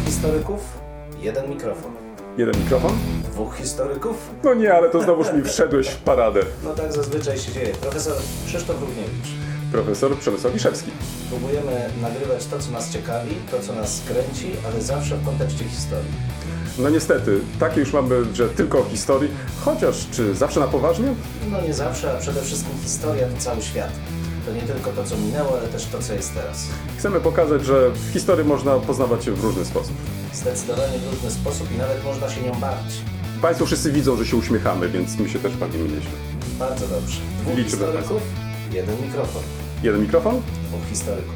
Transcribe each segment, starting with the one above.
historyków, jeden mikrofon. Jeden mikrofon? Dwóch historyków? No nie, ale to znowuż mi wszedłeś w paradę. No tak zazwyczaj się dzieje. Profesor Krzysztof Równiewicz. Profesor Przemysław Wiszewski. Próbujemy nagrywać to, co nas ciekawi, to, co nas kręci, ale zawsze w kontekście historii. No niestety, takie już mamy, że tylko o historii, chociaż czy zawsze na poważnie? No nie zawsze, a przede wszystkim historia to cały świat. To nie tylko to, co minęło, ale też to, co jest teraz. Chcemy pokazać, że w historii można poznawać się w różny sposób. Zdecydowanie w różny sposób i nawet można się nią bawić. Państwo wszyscy widzą, że się uśmiechamy, więc my się też bawimy nieźle. Bardzo dobrze. Dwóch Liczymy historyków, jeden mikrofon. Jeden mikrofon? Dwóch historyków.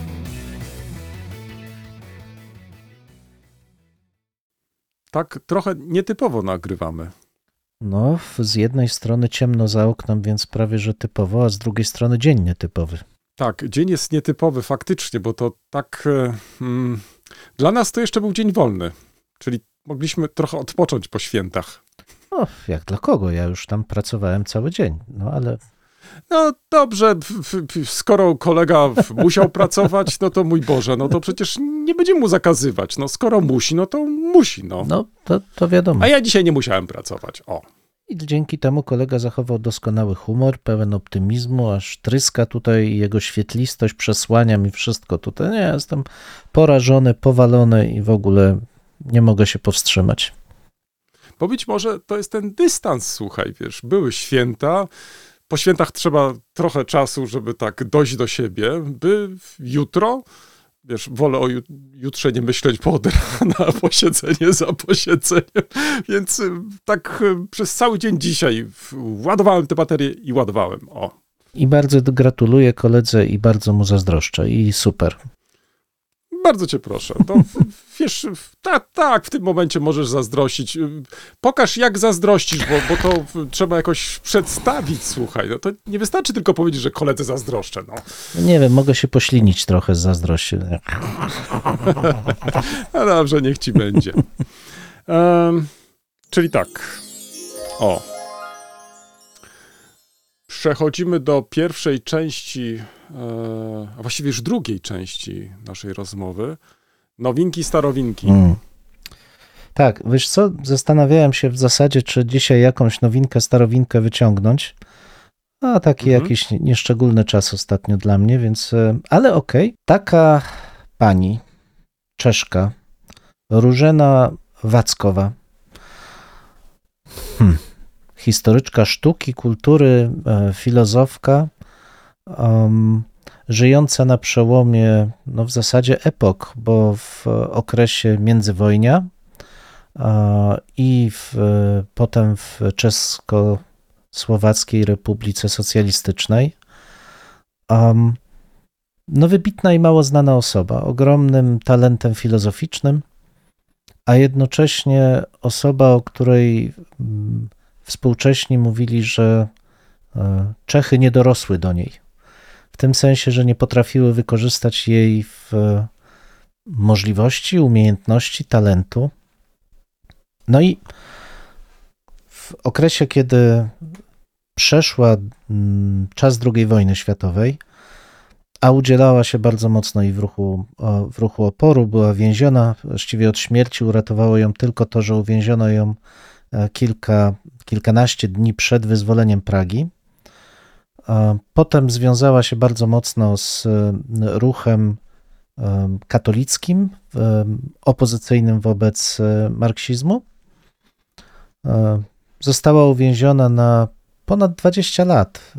Tak trochę nietypowo nagrywamy. No, z jednej strony ciemno za oknem, więc prawie że typowo, a z drugiej strony dzień nietypowy. Tak, dzień jest nietypowy faktycznie, bo to tak... dla nas to jeszcze był dzień wolny, czyli mogliśmy trochę odpocząć po świętach. No, jak dla kogo? Ja już tam pracowałem cały dzień, no ale... No dobrze, skoro kolega musiał pracować, no to mój Boże, no to przecież nie będziemy mu zakazywać. No skoro musi, no to musi, no. No, to wiadomo. A ja dzisiaj nie musiałem pracować, o. I dzięki temu kolega zachował doskonały humor, pełen optymizmu, aż tryska tutaj jego świetlistość, przesłania mi wszystko tutaj. Nie, jestem porażony, powalony i w ogóle nie mogę się powstrzymać. Bo być może to jest ten dystans, słuchaj, wiesz, były święta, po świętach trzeba trochę czasu, żeby tak dojść do siebie, by jutro, wiesz, wolę o jutrze nie myśleć, bo od rana posiedzenie za posiedzeniem, więc tak przez cały dzień dzisiaj ładowałem te baterie i ładowałem, o. I bardzo gratuluję koledze i bardzo mu zazdroszczę i super. Bardzo cię proszę. To, wiesz, tak, w tym momencie możesz zazdrościć. Pokaż, jak zazdrościsz, bo to trzeba jakoś przedstawić, słuchaj. No to nie wystarczy tylko powiedzieć, że koledze zazdroszczę, no. Nie wiem, mogę się poślinić trochę z zazdrości. No dobrze, niech ci będzie. Czyli tak. O. Przechodzimy do pierwszej części, a właściwie już drugiej części naszej rozmowy. Nowinki, starowinki. Tak, wiesz co, zastanawiałem się w zasadzie, czy dzisiaj jakąś nowinkę, starowinkę wyciągnąć. A taki jakiś nieszczególny czas ostatnio dla mnie, więc, ale okej. Taka pani, Czeszka, Różena Wackowa, historyczka sztuki, kultury, filozofka, żyjąca na przełomie, no w zasadzie epok, bo w okresie międzywojnia i potem w Czesko-Słowackiej Republice Socjalistycznej. No wybitna i mało znana osoba, ogromnym talentem filozoficznym, a jednocześnie osoba, o której współcześni mówili, że Czechy nie dorosły do niej. W tym sensie, że nie potrafiły wykorzystać jej możliwości, umiejętności, talentu. No i w okresie, kiedy przeszła czas II wojny światowej, a udzielała się bardzo mocno i w ruchu oporu, była więziona, właściwie od śmierci uratowało ją tylko to, że uwięziono ją kilkanaście dni przed wyzwoleniem Pragi. Potem związała się bardzo mocno z ruchem katolickim, opozycyjnym wobec marksizmu. Została uwięziona na ponad 20 lat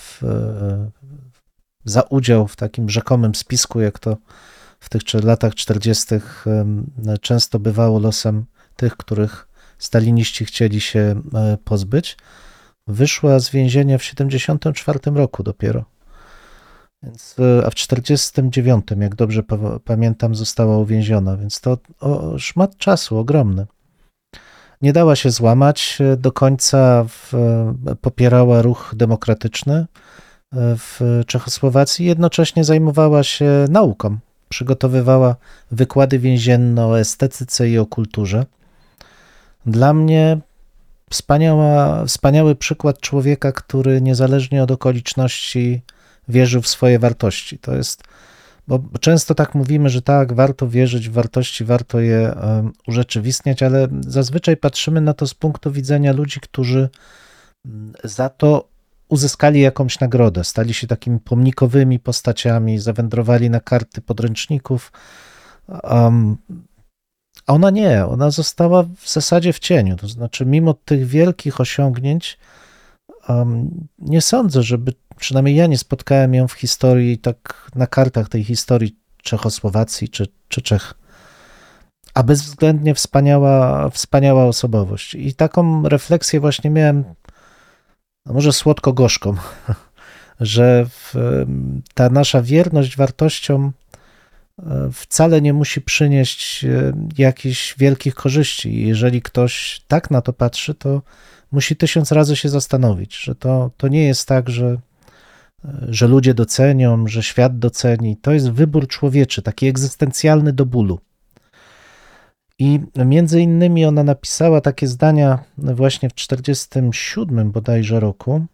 za udział w takim rzekomym spisku, jak to w tych latach 40. często bywało losem tych, których staliniści chcieli się pozbyć. Wyszła z więzienia w 1974 roku dopiero. Więc, a w 1949, jak dobrze pamiętam, została uwięziona, więc to szmat czasu ogromny. Nie dała się złamać, do końca popierała ruch demokratyczny w Czechosłowacji, jednocześnie zajmowała się nauką. Przygotowywała wykłady więzienne o estetyce i o kulturze. Dla mnie wspaniały przykład człowieka, który niezależnie od okoliczności wierzył w swoje wartości. To jest Bo często tak mówimy, że tak, warto wierzyć w wartości, warto je urzeczywistniać, ale zazwyczaj patrzymy na to z punktu widzenia ludzi, którzy za to uzyskali jakąś nagrodę, stali się takimi pomnikowymi postaciami, zawędrowali na karty podręczników. A ona nie, ona została w zasadzie w cieniu. To znaczy, mimo tych wielkich osiągnięć, nie sądzę, żeby, przynajmniej ja nie spotkałem ją w historii, tak na kartach tej historii Czechosłowacji czy Czech. A bezwzględnie wspaniała osobowość. I taką refleksję właśnie miałem, no może słodko-gorzką, że ta nasza wierność wartościom wcale nie musi przynieść jakichś wielkich korzyści. Jeżeli ktoś tak na to patrzy, to musi 1000 razy się zastanowić, że to nie jest tak, że ludzie docenią, że świat doceni. To jest wybór człowieczy, taki egzystencjalny do bólu. I między innymi ona napisała takie zdania właśnie w 1947 bodajże roku,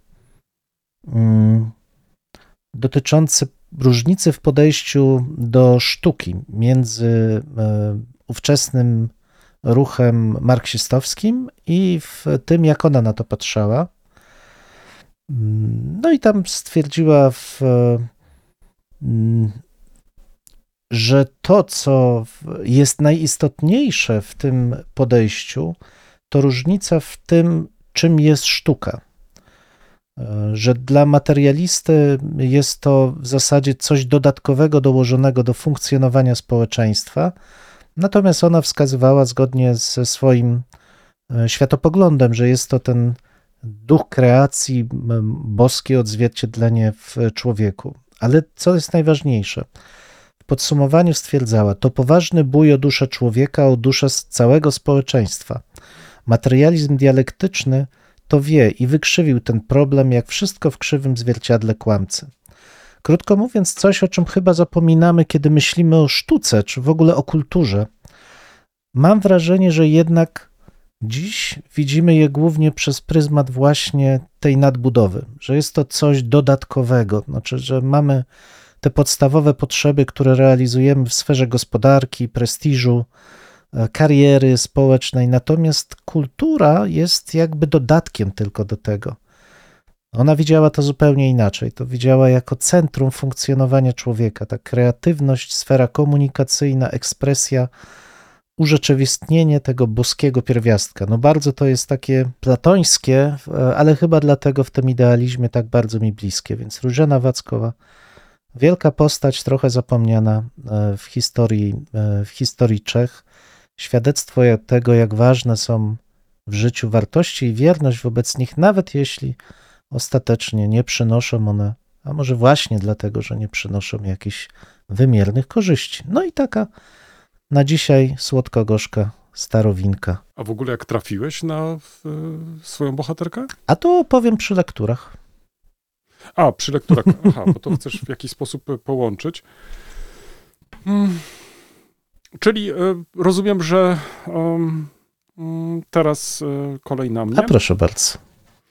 dotyczące różnicy w podejściu do sztuki między ówczesnym ruchem marksistowskim i w tym, jak ona na to patrzała. No i tam stwierdziła, że to, co jest najistotniejsze w tym podejściu, to różnica w tym, czym jest sztuka. Że dla materialisty jest to w zasadzie coś dodatkowego dołożonego do funkcjonowania społeczeństwa, natomiast ona wskazywała zgodnie ze swoim światopoglądem, że jest to ten duch kreacji, boskie odzwierciedlenie w człowieku. Ale co jest najważniejsze? W podsumowaniu stwierdzała, to poważny bój o duszę człowieka, o duszę całego społeczeństwa. Materializm dialektyczny to wie i wykrzywił ten problem, jak wszystko w krzywym zwierciadle kłamcy. Krótko mówiąc, coś, o czym chyba zapominamy, kiedy myślimy o sztuce, czy w ogóle o kulturze. Mam wrażenie, że jednak dziś widzimy je głównie przez pryzmat właśnie tej nadbudowy, że jest to coś dodatkowego, znaczy, że mamy te podstawowe potrzeby, które realizujemy w sferze gospodarki, prestiżu, kariery społecznej, natomiast kultura jest jakby dodatkiem tylko do tego. Ona widziała to zupełnie inaczej, to widziała jako centrum funkcjonowania człowieka, ta kreatywność, sfera komunikacyjna, ekspresja, urzeczywistnienie tego boskiego pierwiastka. No bardzo to jest takie platońskie, ale chyba dlatego w tym idealizmie tak bardzo mi bliskie, więc Różena Wackowa, wielka postać, trochę zapomniana w historii Czech, świadectwo tego, jak ważne są w życiu wartości i wierność wobec nich, nawet jeśli ostatecznie nie przynoszą one, a może właśnie dlatego, że nie przynoszą jakichś wymiernych korzyści. No i taka na dzisiaj słodko-gorzka starowinka. A w ogóle jak trafiłeś na swoją bohaterkę? A to opowiem przy lekturach. A, przy lekturach. Aha, bo to chcesz w jakiś sposób połączyć. Czyli rozumiem, że teraz kolej na mnie. A proszę bardzo.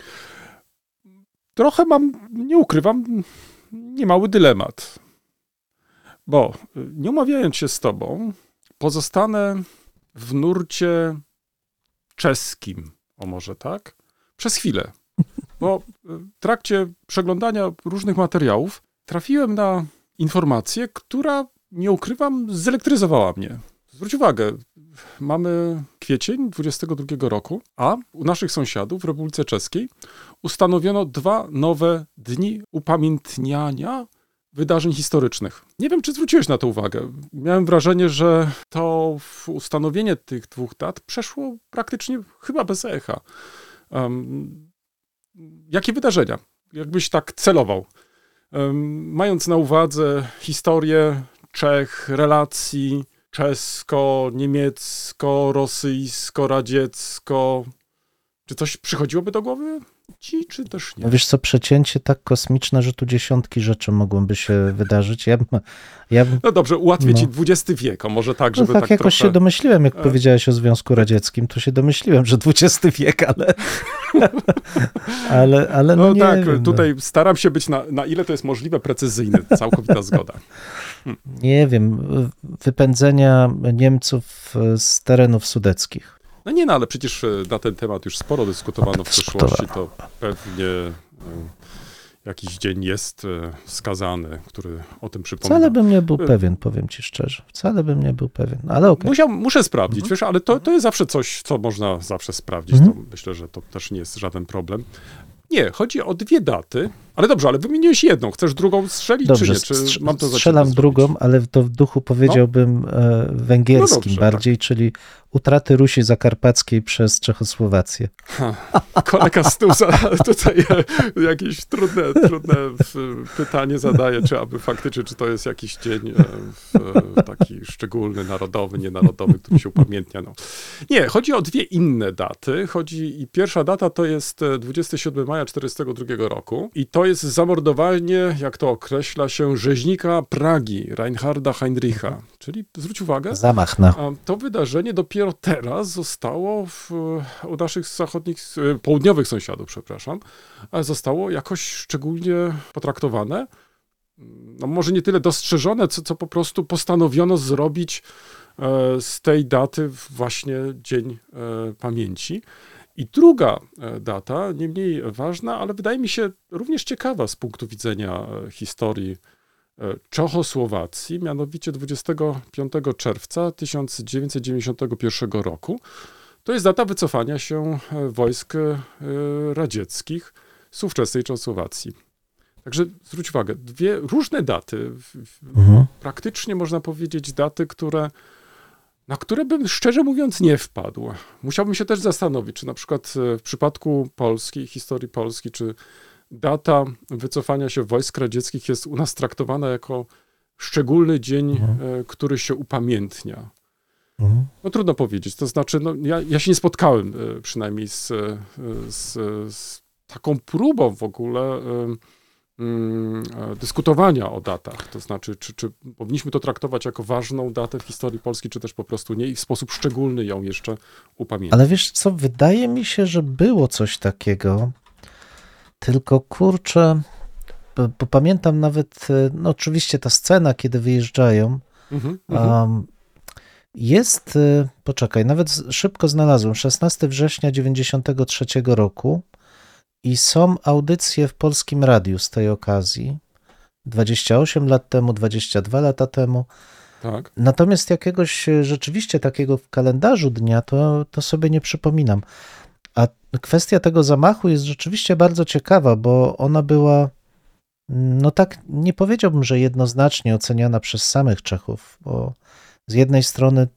Trochę mam, nie ukrywam, niemały dylemat. Bo nie umawiając się z tobą, pozostanę w nurcie czeskim, o może tak, przez chwilę. Bo w trakcie przeglądania różnych materiałów trafiłem na informację, która, nie ukrywam, zelektryzowała mnie. Zwróć uwagę, mamy kwiecień 22 roku, a u naszych sąsiadów w Republice Czeskiej ustanowiono 2 nowe dni upamiętniania wydarzeń historycznych. Nie wiem, czy zwróciłeś na to uwagę. Miałem wrażenie, że to ustanowienie tych 2 dat przeszło praktycznie chyba bez echa. Jakie wydarzenia? Jakbyś tak celował? Mając na uwadze historię Czech, relacji czesko-niemiecko-rosyjsko-radziecko, czy coś przychodziłoby do głowy ci, czy też nie? No wiesz co, przecięcie tak kosmiczne, że tu dziesiątki rzeczy mogłyby się wydarzyć. No dobrze, ułatwię ci XX wiek, a może tak, żeby no tak jakoś trochę... się domyśliłem, jak powiedziałeś o Związku Radzieckim, to się domyśliłem, że XX wiek, ale ale no nie tak, wiem, tutaj staram się być na ile to jest możliwe precyzyjny, całkowita zgoda. nie wiem, wypędzenia Niemców z terenów sudeckich. No ale przecież na ten temat już sporo dyskutowano w przeszłości, to pewnie jakiś dzień jest wskazany, który o tym przypomina. Wcale bym nie był pewien, powiem ci szczerze. Wcale bym nie był pewien, ale okej. Muszę sprawdzić, wiesz, ale to jest zawsze coś, co można zawsze sprawdzić. To myślę, że to też nie jest żaden problem. Nie, chodzi o 2 daty. Ale dobrze, ale wymieniłeś jedną. Chcesz drugą strzelić, Dobrze, czy nie? Czy mam to za ciebie strzelam zrobić? drugą, ale to w duchu powiedziałbym węgierskim dobrze, bardziej, czyli utraty Rusi Zakarpackiej przez Czechosłowację. Kolega z tyłu tutaj jakieś trudne pytanie zadaje, czy aby faktycznie, czy to jest jakiś dzień taki szczególny, narodowy, nienarodowy, który się upamiętnia. No. Nie, chodzi o 2 inne daty. I pierwsza data to jest 27 maja 1942 roku i to jest zamordowanie, jak to określa się, rzeźnika Pragi, Reinharda Heinricha. Czyli zwróć uwagę, Zamach na. to wydarzenie dopiero teraz zostało u naszych południowych sąsiadów, przepraszam, zostało jakoś szczególnie potraktowane. No może nie tyle dostrzeżone, co po prostu postanowiono zrobić z tej daty właśnie Dzień Pamięci. I druga data, nie mniej ważna, ale wydaje mi się również ciekawa z punktu widzenia historii Czechosłowacji, mianowicie 25 czerwca 1991 roku. To jest data wycofania się wojsk radzieckich z ówczesnej Czechosłowacji. Także zwróć uwagę, 2 różne daty, praktycznie można powiedzieć daty, na które bym szczerze mówiąc nie wpadł. Musiałbym się też zastanowić, czy na przykład w przypadku Polski, historii Polski, czy data wycofania się wojsk radzieckich jest u nas traktowana jako szczególny dzień, który się upamiętnia. No trudno powiedzieć. To znaczy, no, ja się nie spotkałem przynajmniej z taką próbą w ogóle dyskutowania o datach. To znaczy, czy powinniśmy to traktować jako ważną datę w historii Polski, czy też po prostu nie i w sposób szczególny ją jeszcze upamiętnić. Ale wiesz co, wydaje mi się, że było coś takiego, tylko kurczę, bo pamiętam nawet, no oczywiście ta scena, kiedy wyjeżdżają, jest, poczekaj, nawet szybko znalazłem, 16 września 93 roku i są audycje w Polskim Radiu z tej okazji, 28 lat temu, 22 lata temu. Tak. Natomiast jakiegoś rzeczywiście takiego w kalendarzu dnia, to sobie nie przypominam. A kwestia tego zamachu jest rzeczywiście bardzo ciekawa, bo ona była, no tak, nie powiedziałbym, że jednoznacznie oceniana przez samych Czechów, bo z jednej strony,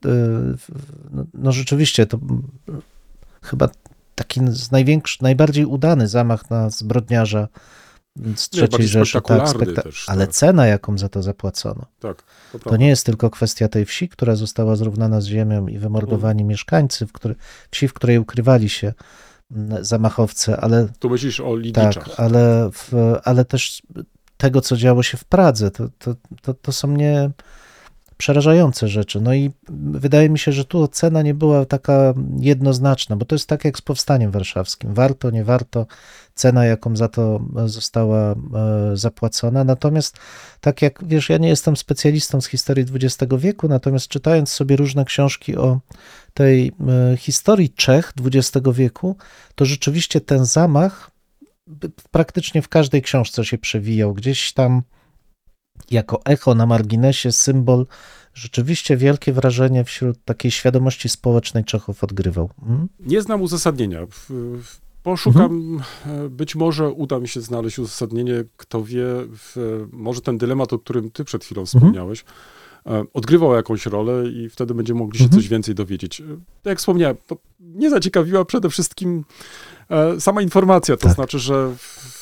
no rzeczywiście to chyba taki najbardziej udany zamach na zbrodniarza z III Rzeszy, tak, też, ale tak. cena, jaką za to zapłacono. Tak, To nie jest tylko kwestia tej wsi, która została zrównana z ziemią i wymordowani mieszkańcy wsi, w której ukrywali się zamachowcy, ale Tu myślisz o Lidiczach. tak, ale też tego, co działo się w Pradze. To są mnie przerażające rzeczy. No i wydaje mi się, że tu ocena nie była taka jednoznaczna, bo to jest tak jak z Powstaniem Warszawskim. Warto, nie warto, cena, jaką za to została zapłacona. Natomiast tak jak, wiesz, ja nie jestem specjalistą z historii XX wieku, natomiast czytając sobie różne książki o tej historii Czech XX wieku, to rzeczywiście ten zamach praktycznie w każdej książce się przewijał. Gdzieś tam jako echo na marginesie, symbol, rzeczywiście wielkie wrażenie wśród takiej świadomości społecznej Czechów odgrywał. Nie znam uzasadnienia. Poszukam, być może uda mi się znaleźć uzasadnienie, kto wie, może ten dylemat, o którym ty przed chwilą wspomniałeś, odgrywał jakąś rolę i wtedy będziemy mogli się coś więcej dowiedzieć. Tak jak wspomniałem, to mnie zaciekawiła przede wszystkim sama informacja, to znaczy, że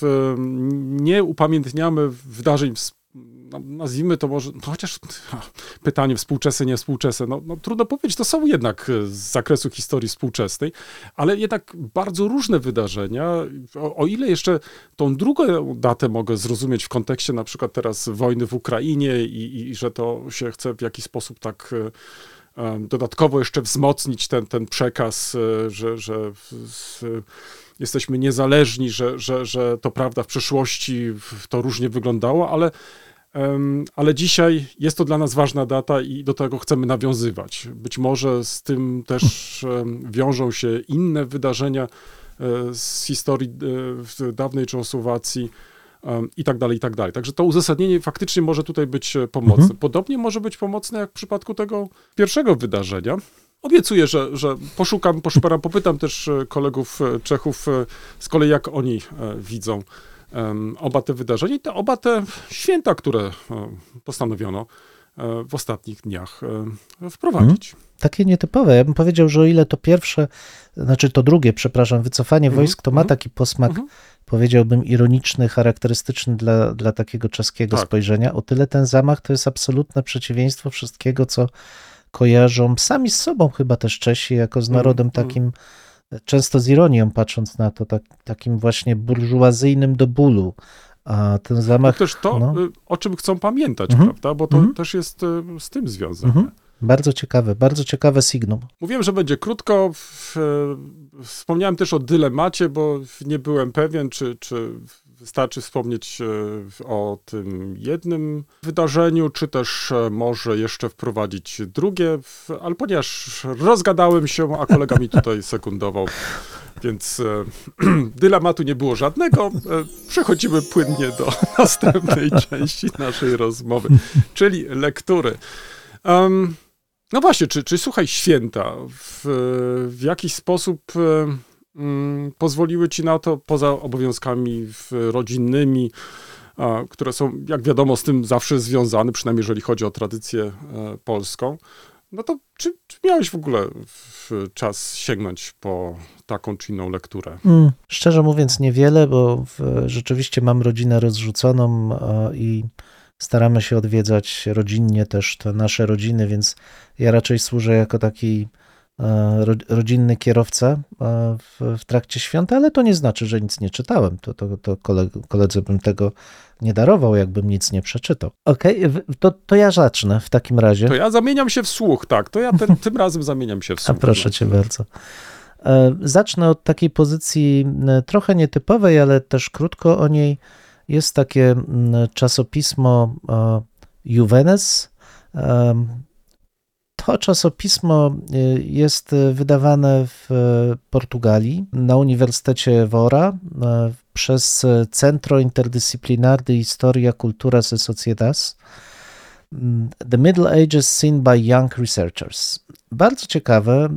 nie upamiętniamy wydarzeń, nazwijmy to może, no chociaż pytanie współczesne, nie współczesne, no trudno powiedzieć, to są jednak z zakresu historii współczesnej, ale jednak bardzo różne wydarzenia. O ile jeszcze tą drugą datę mogę zrozumieć w kontekście na przykład teraz wojny w Ukrainie i że to się chce w jakiś sposób tak dodatkowo jeszcze wzmocnić ten przekaz, że jesteśmy niezależni, że to prawda, w przeszłości to różnie wyglądało, ale dzisiaj jest to dla nas ważna data i do tego chcemy nawiązywać. Być może z tym też wiążą się inne wydarzenia z historii dawnej Czechosłowacji i tak dalej, i tak dalej. Także to uzasadnienie faktycznie może tutaj być pomocne. Podobnie może być pomocne jak w przypadku tego pierwszego wydarzenia. Obiecuję, że poszukam, poszperam, popytam też kolegów Czechów z kolei, jak oni widzą oba te wydarzenia i oba te święta, które postanowiono w ostatnich dniach wprowadzić. Takie nietypowe. Ja bym powiedział, że o ile to drugie, wycofanie wojsk, to ma taki posmak, powiedziałbym, ironiczny, charakterystyczny dla takiego czeskiego spojrzenia, o tyle ten zamach to jest absolutne przeciwieństwo wszystkiego, co kojarzą sami z sobą chyba też Czesi, jako z narodem takim, często z ironią patrząc na to, takim właśnie burżuazyjnym do bólu. A ten zamach... To też to, o czym chcą pamiętać, prawda? Bo to też jest z tym związane. Bardzo ciekawe signum. Mówiłem, że będzie krótko. Wspomniałem też o dylemacie, bo nie byłem pewien, czy wystarczy wspomnieć o tym jednym wydarzeniu, czy też może jeszcze wprowadzić drugie, ale ponieważ rozgadałem się, a kolega mi tutaj sekundował, więc dylematu nie było żadnego. Przechodzimy płynnie do następnej części naszej rozmowy, czyli lektury. No właśnie, czy słuchaj, święta w jakiś sposób pozwoliły ci na to, poza obowiązkami rodzinnymi, które są, jak wiadomo, z tym zawsze związane, przynajmniej jeżeli chodzi o tradycję polską, no to czy miałeś w ogóle czas sięgnąć po taką czy inną lekturę? Szczerze mówiąc niewiele, bo rzeczywiście mam rodzinę rozrzuconą i staramy się odwiedzać rodzinnie też te nasze rodziny, więc ja raczej służę jako taki rodzinny kierowca w trakcie świąt, ale to nie znaczy, że nic nie czytałem. To koledze bym tego nie darował, jakbym nic nie przeczytał. Okej, to ja zacznę w takim razie. To ja zamieniam się w słuch, tak. To ja tym razem zamieniam się w słuch. A proszę cię bardzo. Zacznę od takiej pozycji trochę nietypowej, ale też krótko o niej. Jest takie czasopismo Juvenes. To czasopismo jest wydawane w Portugalii na Uniwersytecie Vora przez Centro Interdisciplinar de Historia, Culturas y Sociedades. The Middle Ages Seen by Young Researchers. Bardzo ciekawe,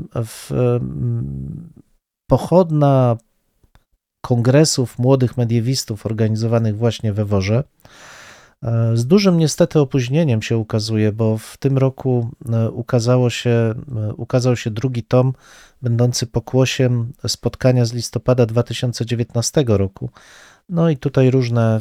pochodna kongresów młodych mediewistów organizowanych właśnie we Worze. Z dużym niestety opóźnieniem się ukazuje, bo w tym roku ukazał się drugi tom, będący pokłosiem spotkania z listopada 2019 roku. No i tutaj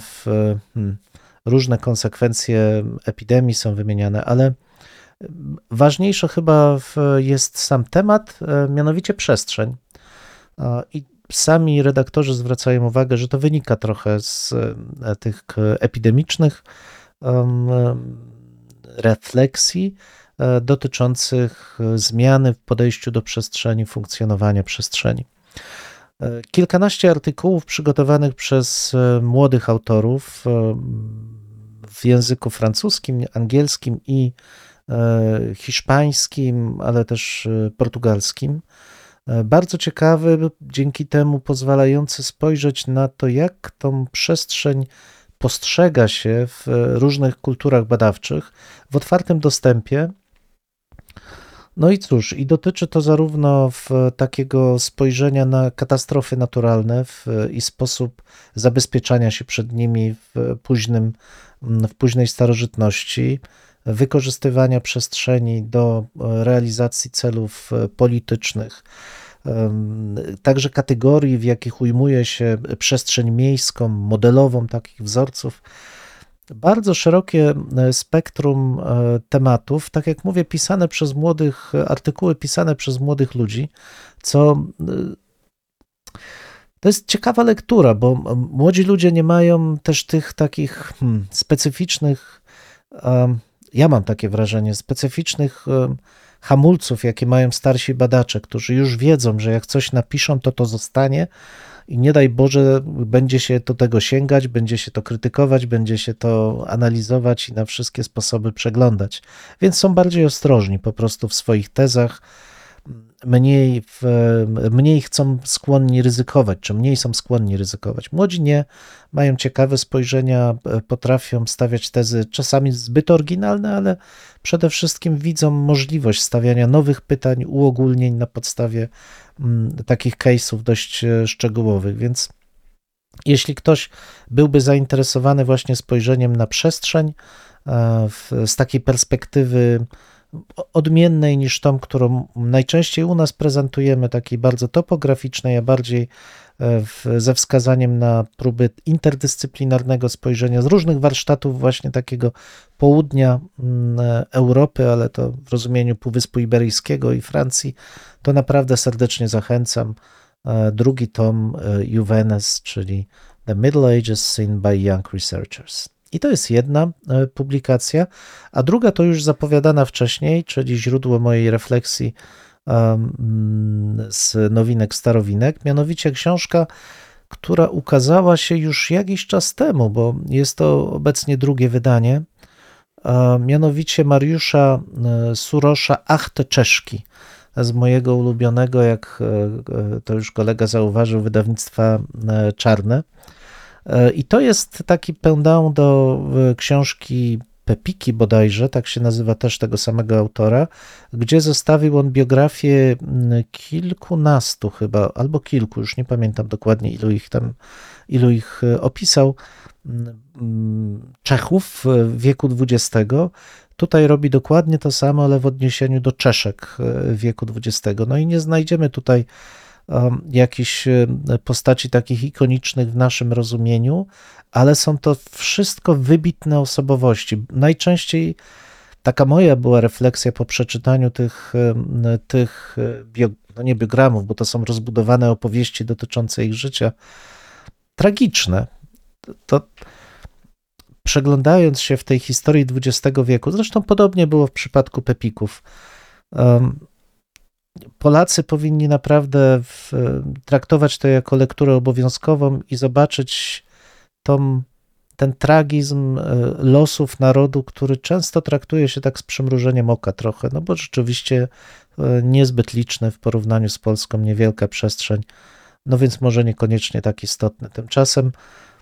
różne konsekwencje epidemii są wymieniane, ale ważniejsze chyba jest sam temat, mianowicie przestrzeń. I sami redaktorzy zwracają uwagę, że to wynika trochę z tych epidemicznych refleksji dotyczących zmiany w podejściu do przestrzeni, funkcjonowania przestrzeni. Kilkanaście artykułów przygotowanych przez młodych autorów w języku francuskim, angielskim i hiszpańskim, ale też portugalskim. Bardzo ciekawy, dzięki temu pozwalający spojrzeć na to, jak tą przestrzeń postrzega się w różnych kulturach badawczych w otwartym dostępie. No i cóż, i dotyczy to zarówno takiego spojrzenia na katastrofy naturalne i sposób zabezpieczania się przed nimi w późnej starożytności, wykorzystywania przestrzeni do realizacji celów politycznych, także kategorii, w jakich ujmuje się przestrzeń miejską, modelową takich wzorców. Bardzo szerokie spektrum tematów, tak jak mówię, artykuły pisane przez młodych ludzi, to jest ciekawa lektura, bo młodzi ludzie nie mają też tych takich specyficznych, ja mam takie wrażenie, specyficznych hamulców, jakie mają starsi badacze, którzy już wiedzą, że jak coś napiszą, to zostanie i nie daj Boże, będzie się do tego sięgać, będzie się to krytykować, będzie się to analizować i na wszystkie sposoby przeglądać. Więc są bardziej ostrożni po prostu w swoich tezach, mniej chcą skłonni ryzykować, czy mniej są skłonni ryzykować. Młodzi nie, mają ciekawe spojrzenia, potrafią stawiać tezy czasami zbyt oryginalne, ale przede wszystkim widzą możliwość stawiania nowych pytań, uogólnień na podstawie takich case'ów dość szczegółowych, więc jeśli ktoś byłby zainteresowany właśnie spojrzeniem na przestrzeń z takiej perspektywy odmiennej niż tą, którą najczęściej u nas prezentujemy, takiej bardzo topograficznej, a bardziej ze wskazaniem na próby interdyscyplinarnego spojrzenia z różnych warsztatów właśnie takiego południa Europy, ale to w rozumieniu Półwyspu Iberyjskiego i Francji, to naprawdę serdecznie zachęcam. Drugi tom Juvenes, czyli The Middle Ages Seen by Young Researchers. I to jest jedna publikacja, a druga to już zapowiadana wcześniej, czyli źródło mojej refleksji z nowinek, starowinek, mianowicie książka, która ukazała się już jakiś czas temu, bo jest to obecnie drugie wydanie, mianowicie Mariusza Surosza Ach, te Czeszki, z mojego ulubionego, jak to już kolega zauważył, wydawnictwa Czarne. I to jest taki pendant do książki Pepiki bodajże, tak się nazywa też tego samego autora, gdzie zostawił on biografię kilkunastu chyba, albo kilku, już nie pamiętam dokładnie ilu ich opisał, Czechów w wieku XX. Tutaj robi dokładnie to samo, ale w odniesieniu do Czeszek wieku XX. No i nie znajdziemy tutaj jakichś postaci takich ikonicznych w naszym rozumieniu, ale są to wszystko wybitne osobowości. Najczęściej taka moja była refleksja po przeczytaniu tych no nie biogramów, bo to są rozbudowane opowieści dotyczące ich życia, tragiczne. To przeglądając się w tej historii XX wieku, zresztą podobnie było w przypadku Pepików, Polacy powinni naprawdę traktować to jako lekturę obowiązkową i zobaczyć ten tragizm losów narodu, który często traktuje się tak z przymrużeniem oka trochę, no bo rzeczywiście niezbyt liczny w porównaniu z Polską, niewielka przestrzeń, no więc może niekoniecznie tak istotny. Tymczasem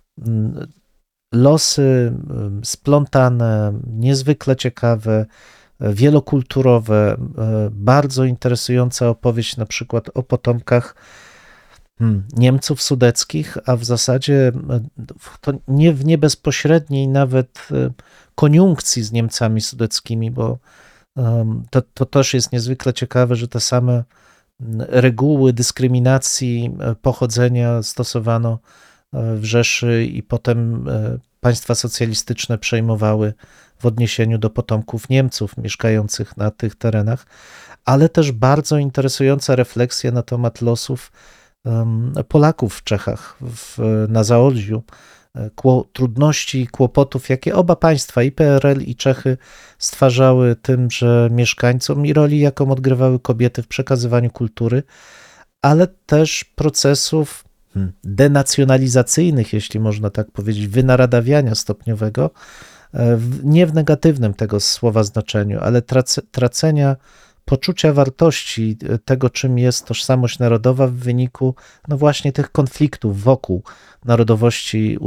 losy splątane, niezwykle ciekawe, wielokulturowe, bardzo interesująca opowieść na przykład o potomkach Niemców sudeckich, a w zasadzie to nie w bezpośredniej nawet koniunkcji z Niemcami sudeckimi, bo to też jest niezwykle ciekawe, że te same reguły dyskryminacji pochodzenia stosowano w Rzeszy i potem państwa socjalistyczne przejmowały w odniesieniu do potomków Niemców mieszkających na tych terenach, ale też bardzo interesująca refleksja na temat losów Polaków w Czechach, na Zaolziu, trudności i kłopotów, jakie oba państwa, i PRL, i Czechy, stwarzały tymże mieszkańcom i roli, jaką odgrywały kobiety w przekazywaniu kultury, ale też procesów denacjonalizacyjnych, jeśli można tak powiedzieć, wynaradawiania stopniowego, nie w negatywnym tego słowa znaczeniu, ale tracenia poczucia wartości tego, czym jest tożsamość narodowa w wyniku no właśnie tych konfliktów wokół narodowości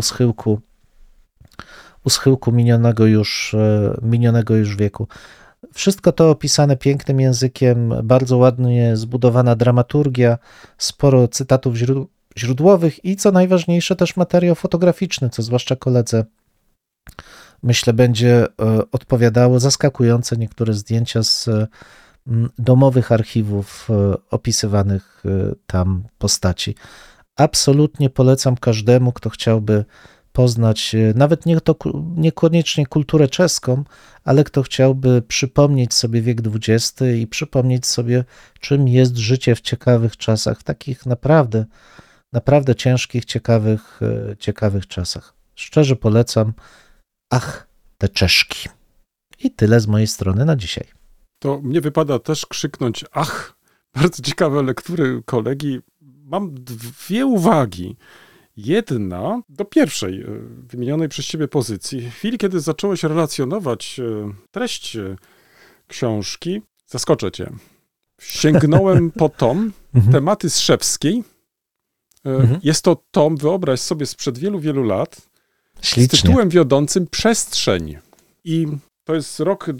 u schyłku minionego już wieku. Wszystko to opisane pięknym językiem, bardzo ładnie zbudowana dramaturgia, sporo cytatów źródłowych i co najważniejsze też materiał fotograficzny, co zwłaszcza koledze myślę będzie odpowiadało. Zaskakujące niektóre zdjęcia z domowych archiwów opisywanych tam postaci. Absolutnie polecam każdemu, kto chciałby poznać nawet niekoniecznie kulturę czeską, ale kto chciałby przypomnieć sobie wiek XX i przypomnieć sobie, czym jest życie w ciekawych czasach, w takich naprawdę ciężkich, ciekawych czasach. Szczerze polecam. Ach, te Czeszki. I tyle z mojej strony na dzisiaj. To mnie wypada też krzyknąć, ach, bardzo ciekawe lektury kolegi. Mam dwie uwagi. Jedna do pierwszej wymienionej przez ciebie pozycji. W chwili, kiedy zacząłeś relacjonować treść książki, zaskoczę cię. Sięgnąłem po tom Tematy Strzepskiej. Jest to tom, wyobraź sobie, sprzed wielu, wielu lat, Ślicznie. z tytułem wiodącym Przestrzeń. I to jest rok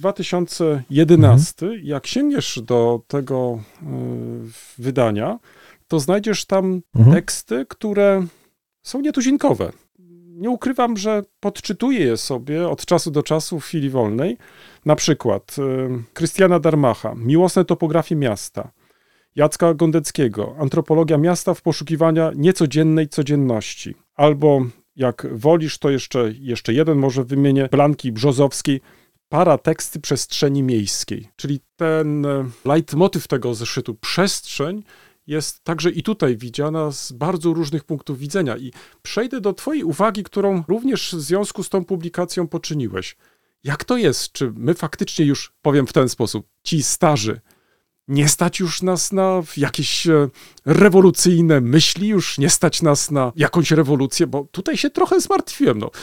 2011. Jak sięgniesz do tego wydania, to znajdziesz tam teksty, które są nietuzinkowe. Nie ukrywam, że podczytuję je sobie od czasu do czasu w chwili wolnej. Na przykład Krystiana Darmacha, Miłosne topografie miasta, Jacka Gondeckiego, Antropologia miasta w poszukiwania niecodziennej codzienności. Albo jak wolisz, to jeszcze jeden może wymienię, Blanki Brzozowskiej, Parateksty przestrzeni miejskiej. Czyli ten leitmotyw tego zeszytu, przestrzeń, jest także i tutaj widziana z bardzo różnych punktów widzenia. I przejdę do twojej uwagi, którą również w związku z tą publikacją poczyniłeś. Jak to jest? Czy my faktycznie już, powiem w ten sposób, ci starzy, nie stać już nas na jakieś rewolucyjne myśli, już nie stać nas na jakąś rewolucję, bo tutaj się trochę zmartwiłem. No.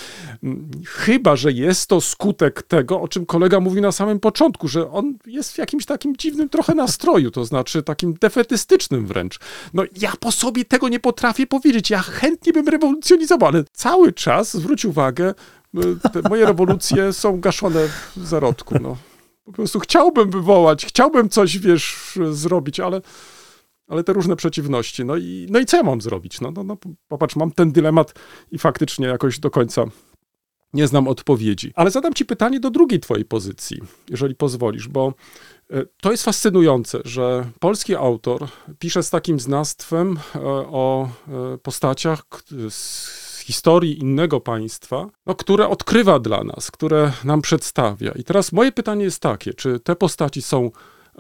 Chyba że jest to skutek tego, o czym kolega mówił na samym początku, że on jest w jakimś takim dziwnym trochę nastroju, to znaczy takim defetystycznym wręcz. No ja po sobie tego nie potrafię powiedzieć, ja chętnie bym rewolucjonizował, ale cały czas, zwróć uwagę, te moje rewolucje są gaszone w zarodku, no. Po prostu chciałbym wywołać, chciałbym coś, zrobić, ale te różne przeciwności. No i co ja mam zrobić? No, popatrz, mam ten dylemat i faktycznie jakoś do końca nie znam odpowiedzi. Ale zadam ci pytanie do drugiej twojej pozycji, jeżeli pozwolisz, bo to jest fascynujące, że polski autor pisze z takim znawstwem o postaciach z historii innego państwa, które odkrywa dla nas, które nam przedstawia. I teraz moje pytanie jest takie, czy te postaci są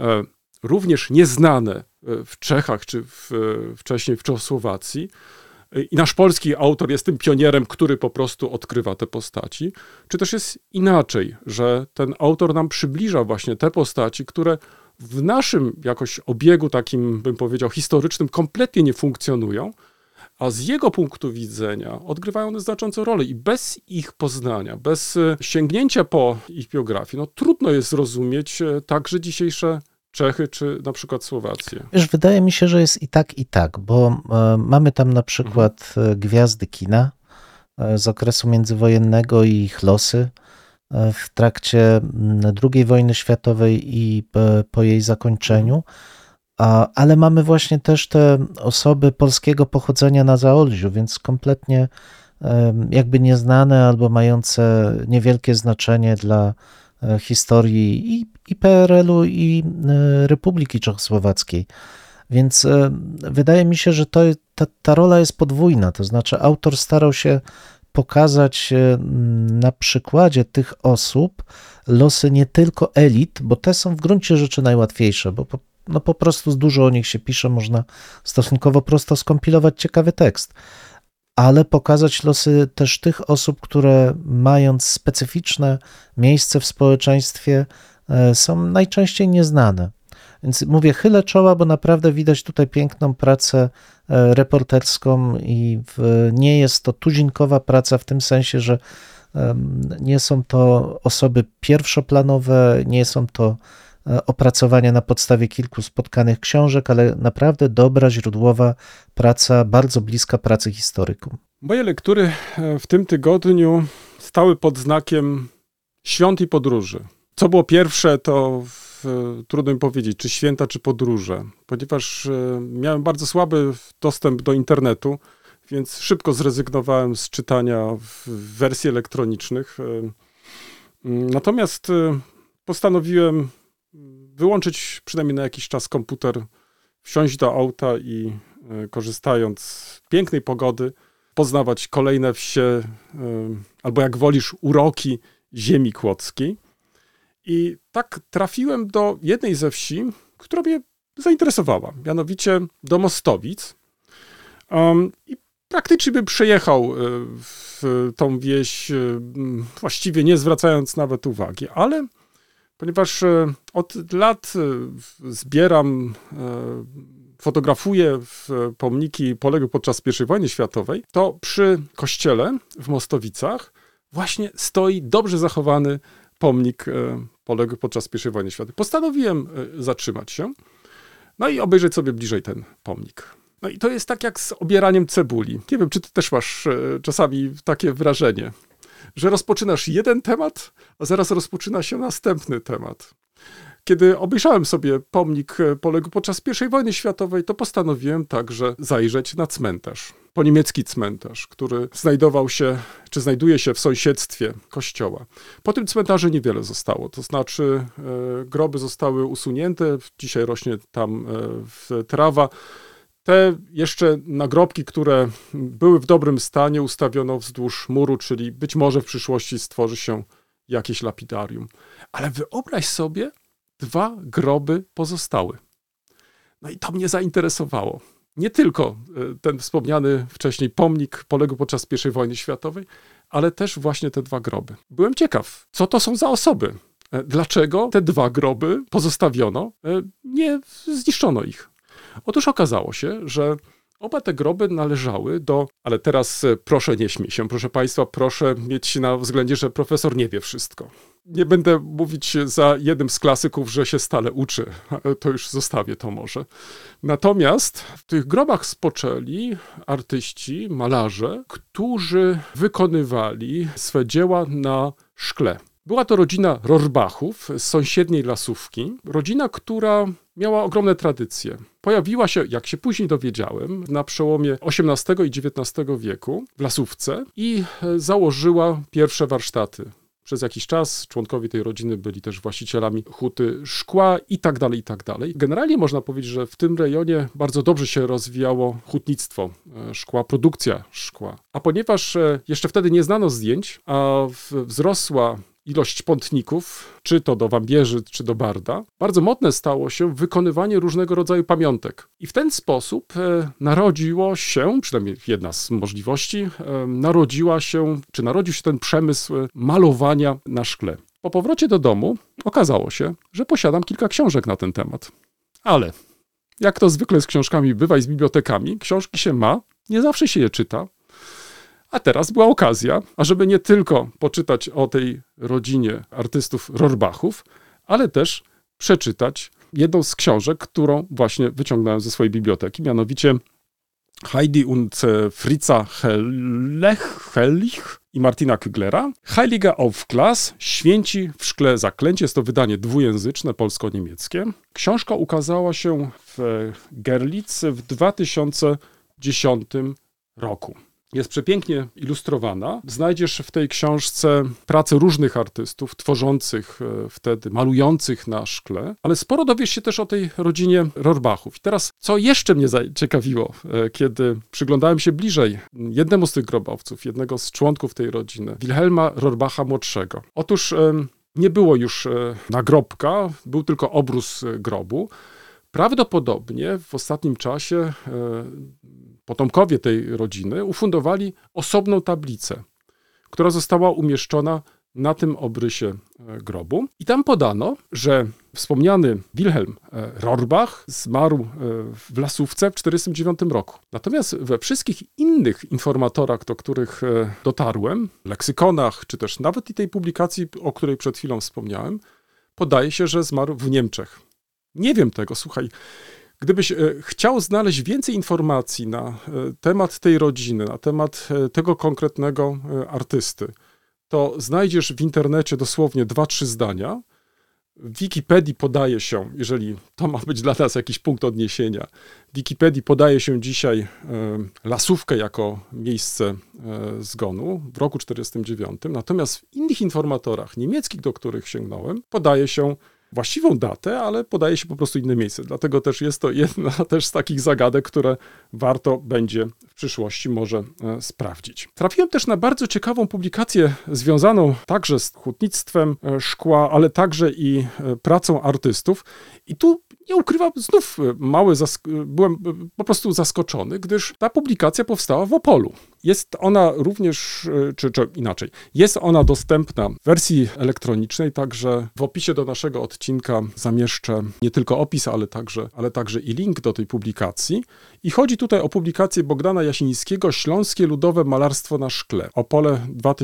również nieznane w Czechach, czy wcześniej w Czechosłowacji, i nasz polski autor jest tym pionierem, który po prostu odkrywa te postaci, czy też jest inaczej, że ten autor nam przybliża właśnie te postaci, które w naszym jakoś obiegu takim, bym powiedział, historycznym kompletnie nie funkcjonują, a z jego punktu widzenia odgrywają one znaczącą rolę i bez ich poznania, bez sięgnięcia po ich biografię, trudno jest zrozumieć także dzisiejsze Czechy czy na przykład Słowację. Wiesz, wydaje mi się, że jest i tak, bo mamy tam na przykład gwiazdy kina z okresu międzywojennego i ich losy w trakcie II wojny światowej i po jej zakończeniu. Ale mamy właśnie też te osoby polskiego pochodzenia na Zaolziu, więc kompletnie jakby nieznane albo mające niewielkie znaczenie dla historii i PRL-u, i Republiki Czechosłowackiej. Więc wydaje mi się, że ta rola jest podwójna, to znaczy autor starał się pokazać na przykładzie tych osób losy nie tylko elit, bo te są w gruncie rzeczy najłatwiejsze, bo po prostu dużo o nich się pisze, można stosunkowo prosto skompilować ciekawy tekst, ale pokazać losy też tych osób, które mając specyficzne miejsce w społeczeństwie są najczęściej nieznane. Więc mówię, chylę czoła, bo naprawdę widać tutaj piękną pracę reporterską i nie jest to tuzinkowa praca w tym sensie, że nie są to osoby pierwszoplanowe, nie są to opracowania na podstawie kilku spotkanych książek, ale naprawdę dobra, źródłowa praca, bardzo bliska pracy historyków. Moje lektury w tym tygodniu stały pod znakiem świąt i podróży. Co było pierwsze, to trudno mi powiedzieć, czy święta, czy podróże, ponieważ miałem bardzo słaby dostęp do internetu, więc szybko zrezygnowałem z czytania w wersji elektronicznych. Natomiast postanowiłem wyłączyć przynajmniej na jakiś czas komputer, wsiąść do auta i korzystając z pięknej pogody, poznawać kolejne wsie, albo jak wolisz, uroki ziemi kłodzkiej. I tak trafiłem do jednej ze wsi, która mnie zainteresowała, mianowicie do Mostowic. I praktycznie bym przejechał w tą wieś, właściwie nie zwracając nawet uwagi, ale Ponieważ od lat zbieram, fotografuję pomniki poległych podczas I wojny światowej, to przy kościele w Mostowicach właśnie stoi dobrze zachowany pomnik poległych podczas I wojny światowej. Postanowiłem zatrzymać się, no i obejrzeć sobie bliżej ten pomnik. No i to jest tak jak z obieraniem cebuli. Nie wiem, czy ty też masz czasami takie wrażenie, że rozpoczynasz jeden temat, a zaraz rozpoczyna się następny temat. Kiedy obejrzałem sobie pomnik poległy podczas I wojny światowej, to postanowiłem także zajrzeć na cmentarz. Poniemiecki cmentarz, który znajdował się, czy znajduje się w sąsiedztwie kościoła. Po tym cmentarzu niewiele zostało, to znaczy groby zostały usunięte, dzisiaj rośnie tam trawa. Te jeszcze nagrobki, które były w dobrym stanie, ustawiono wzdłuż muru, czyli być może w przyszłości stworzy się jakieś lapidarium. Ale wyobraź sobie, 2 groby pozostały. No i to mnie zainteresowało. Nie tylko ten wspomniany wcześniej pomnik poległy podczas I wojny światowej, ale też właśnie te 2 groby. Byłem ciekaw, co to są za osoby. Dlaczego te 2 groby pozostawiono, nie zniszczono ich. Otóż okazało się, że oba te groby należały do... Ale teraz proszę nie śmiej się, proszę Państwa, proszę mieć na względzie, że profesor nie wie wszystko. Nie będę mówić za jednym z klasyków, że się stale uczy. To już zostawię to może. Natomiast w tych grobach spoczęli artyści, malarze, którzy wykonywali swe dzieła na szkle. Była to rodzina Rohrbachów z sąsiedniej Lasówki. Rodzina, która miała ogromne tradycje. Pojawiła się, jak się później dowiedziałem, na przełomie XVIII i XIX wieku w Lasówce i założyła pierwsze warsztaty. Przez jakiś czas członkowie tej rodziny byli też właścicielami huty szkła i tak dalej, i tak dalej. Generalnie można powiedzieć, że w tym rejonie bardzo dobrze się rozwijało hutnictwo szkła, produkcja szkła. A ponieważ jeszcze wtedy nie znano zdjęć, a wzrosła ilość pątników, czy to do wambierzy, czy do barda, bardzo modne stało się wykonywanie różnego rodzaju pamiątek. I w ten sposób narodziło się, przynajmniej jedna z możliwości, narodził się ten przemysł malowania na szkle. Po powrocie do domu okazało się, że posiadam kilka książek na ten temat. Ale jak to zwykle z książkami bywa i z bibliotekami, książki się ma, nie zawsze się je czyta. A teraz była okazja, ażeby nie tylko poczytać o tej rodzinie artystów Rohrbachów, ale też przeczytać jedną z książek, którą właśnie wyciągnąłem ze swojej biblioteki, mianowicie Heidi und Fritza Hellich i Martina Küglera. Heilige Aufglas, Święci w szkle zaklęcie. Jest to wydanie dwujęzyczne, polsko-niemieckie. Książka ukazała się w Görlitz w 2010 roku. Jest przepięknie ilustrowana. Znajdziesz w tej książce pracę różnych artystów, tworzących wtedy, malujących na szkle, ale sporo dowiesz się też o tej rodzinie Rohrbachów. I teraz, co jeszcze mnie zaciekawiło, kiedy przyglądałem się bliżej jednemu z tych grobowców, jednego z członków tej rodziny, Wilhelma Rohrbacha młodszego. Otóż nie było już nagrobka, był tylko obrus grobu. Prawdopodobnie w ostatnim czasie potomkowie tej rodziny ufundowali osobną tablicę, która została umieszczona na tym obrysie grobu. I tam podano, że wspomniany Wilhelm Rohrbach zmarł w Lasówce w 1949 roku. Natomiast we wszystkich innych informatorach, do których dotarłem, leksykonach, czy też nawet i tej publikacji, o której przed chwilą wspomniałem, podaje się, że zmarł w Niemczech. Nie wiem tego, słuchaj. Gdybyś chciał znaleźć więcej informacji na temat tej rodziny, na temat tego konkretnego artysty, to znajdziesz w internecie dosłownie 2-3 zdania. W Wikipedii podaje się, jeżeli to ma być dla nas jakiś punkt odniesienia, w Wikipedii podaje się dzisiaj Lasówkę jako miejsce zgonu w roku 1949, natomiast w innych informatorach niemieckich, do których sięgnąłem, podaje się właściwą datę, ale podaje się po prostu inne miejsce. Dlatego też jest to jedna też z takich zagadek, które warto będzie w przyszłości może sprawdzić. Trafiłem też na bardzo ciekawą publikację związaną także z hutnictwem szkła, ale także i pracą artystów. I tu nie ukrywam, znów byłem po prostu zaskoczony, gdyż ta publikacja powstała w Opolu. Jest ona również, czy inaczej, jest ona dostępna w wersji elektronicznej, także w opisie do naszego odcinka zamieszczę nie tylko opis, ale także i link do tej publikacji. I chodzi tutaj o publikację Bogdana Jasińskiego Śląskie Ludowe Malarstwo na szkle, Opole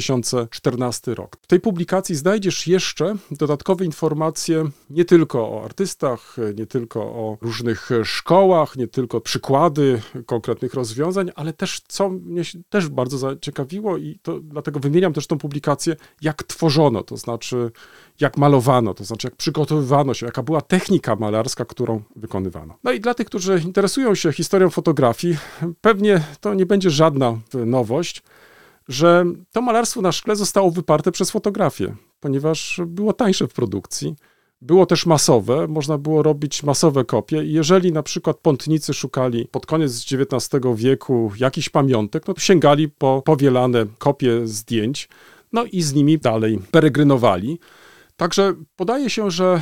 2014 rok. W tej publikacji znajdziesz jeszcze dodatkowe informacje nie tylko o artystach, nie tylko o różnych szkołach, nie tylko przykłady konkretnych rozwiązań, ale też, co mnie też bardzo zaciekawiło i to dlatego wymieniam też tą publikację, jak tworzono, to znaczy jak malowano, to znaczy jak przygotowywano się, jaka była technika malarska, którą wykonywano. No i dla tych, którzy interesują się historią fotografii, pewnie to nie będzie żadna nowość, że to malarstwo na szkle zostało wyparte przez fotografię, ponieważ było tańsze w produkcji. Było też masowe, można było robić masowe kopie i jeżeli na przykład pątnicy szukali pod koniec XIX wieku jakichś pamiątek, no to sięgali po powielane kopie zdjęć, no i z nimi dalej peregrynowali. Także podaje się, że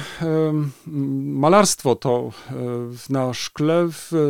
malarstwo to na szkle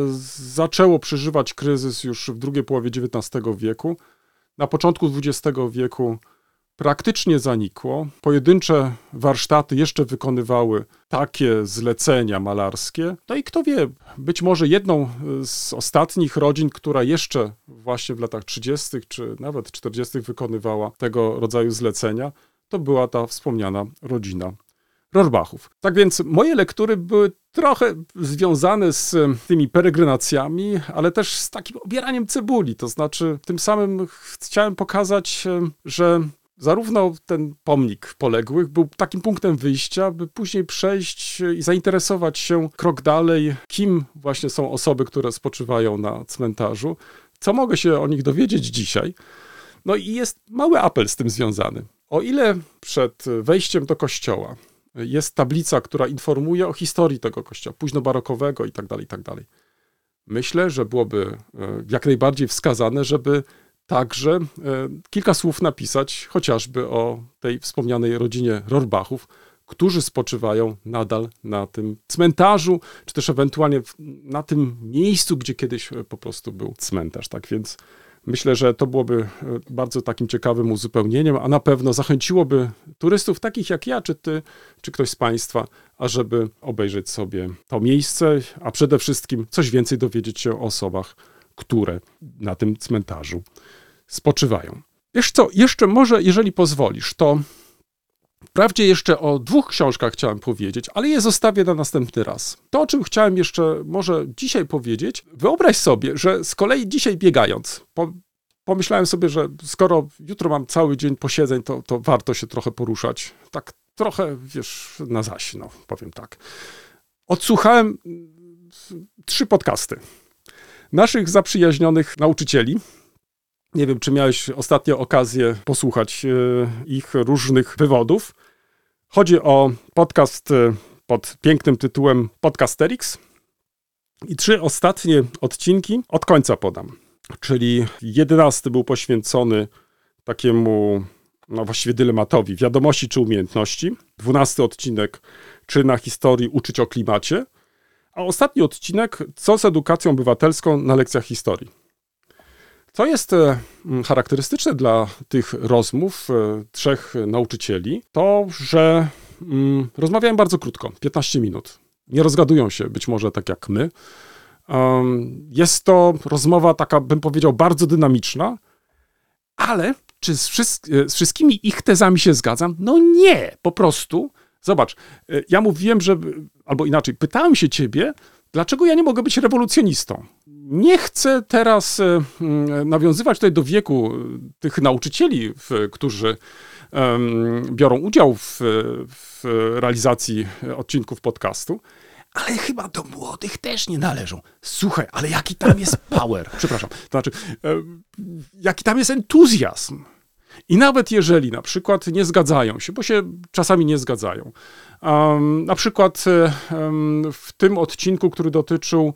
zaczęło przeżywać kryzys już w drugiej połowie XIX wieku. Na początku XX wieku praktycznie zanikło. Pojedyncze warsztaty jeszcze wykonywały takie zlecenia malarskie. No i kto wie, być może jedną z ostatnich rodzin, która jeszcze właśnie w latach 30. czy nawet 40. wykonywała tego rodzaju zlecenia, to była ta wspomniana rodzina Rohrbachów. Tak więc moje lektury były trochę związane z tymi peregrinacjami, ale też z takim obieraniem cebuli. To znaczy tym samym chciałem pokazać, że zarówno ten pomnik poległych był takim punktem wyjścia, by później przejść i zainteresować się krok dalej, kim właśnie są osoby, które spoczywają na cmentarzu, co mogę się o nich dowiedzieć dzisiaj. No i jest mały apel z tym związany. O ile przed wejściem do kościoła jest tablica, która informuje o historii tego kościoła, późnobarokowego i tak dalej, myślę, że byłoby jak najbardziej wskazane, żeby także kilka słów napisać chociażby o tej wspomnianej rodzinie Rohrbachów, którzy spoczywają nadal na tym cmentarzu, czy też ewentualnie na tym miejscu, gdzie kiedyś po prostu był cmentarz. Tak więc myślę, że to byłoby bardzo takim ciekawym uzupełnieniem, a na pewno zachęciłoby turystów takich jak ja, czy ty, czy ktoś z państwa, ażeby obejrzeć sobie to miejsce, a przede wszystkim coś więcej dowiedzieć się o osobach, które na tym cmentarzu spoczywają. Wiesz co, jeszcze może, jeżeli pozwolisz, to wprawdzie jeszcze o 2 książkach chciałem powiedzieć, ale je zostawię na następny raz. To, o czym chciałem jeszcze może dzisiaj powiedzieć, wyobraź sobie, że z kolei dzisiaj biegając, pomyślałem sobie, że skoro jutro mam cały dzień posiedzeń, to warto się trochę poruszać. Tak trochę, wiesz, na zaś, no powiem tak. Odsłuchałem 3 podcasty naszych zaprzyjaźnionych nauczycieli. Nie wiem, czy miałeś ostatnio okazję posłuchać ich różnych wywodów. Chodzi o podcast pod pięknym tytułem Podcasterix i 3 ostatnie odcinki od końca podam. Czyli 11 był poświęcony takiemu, no właściwie dylematowi, wiadomości czy umiejętności. 12 odcinek, czy na historii uczyć o klimacie. A ostatni odcinek, co z edukacją obywatelską na lekcjach historii. Co jest charakterystyczne dla tych rozmów 3 nauczycieli, to, że rozmawiają bardzo krótko, 15 minut. Nie rozgadują się, być może tak jak my. Jest to rozmowa taka, bym powiedział, bardzo dynamiczna, ale czy z wszystkimi ich tezami się zgadzam? No nie, po prostu. Zobacz, ja mówiłem, że, albo inaczej, pytałem się ciebie, dlaczego ja nie mogę być rewolucjonistą? Nie chcę teraz nawiązywać tutaj do wieku tych nauczycieli, którzy biorą udział w realizacji odcinków podcastu, ale chyba do młodych też nie należą. Słuchaj, ale jaki tam jest power? Przepraszam, to znaczy, jaki tam jest entuzjazm? I nawet jeżeli na przykład nie zgadzają się, bo się czasami nie zgadzają, na przykład w tym odcinku, który dotyczył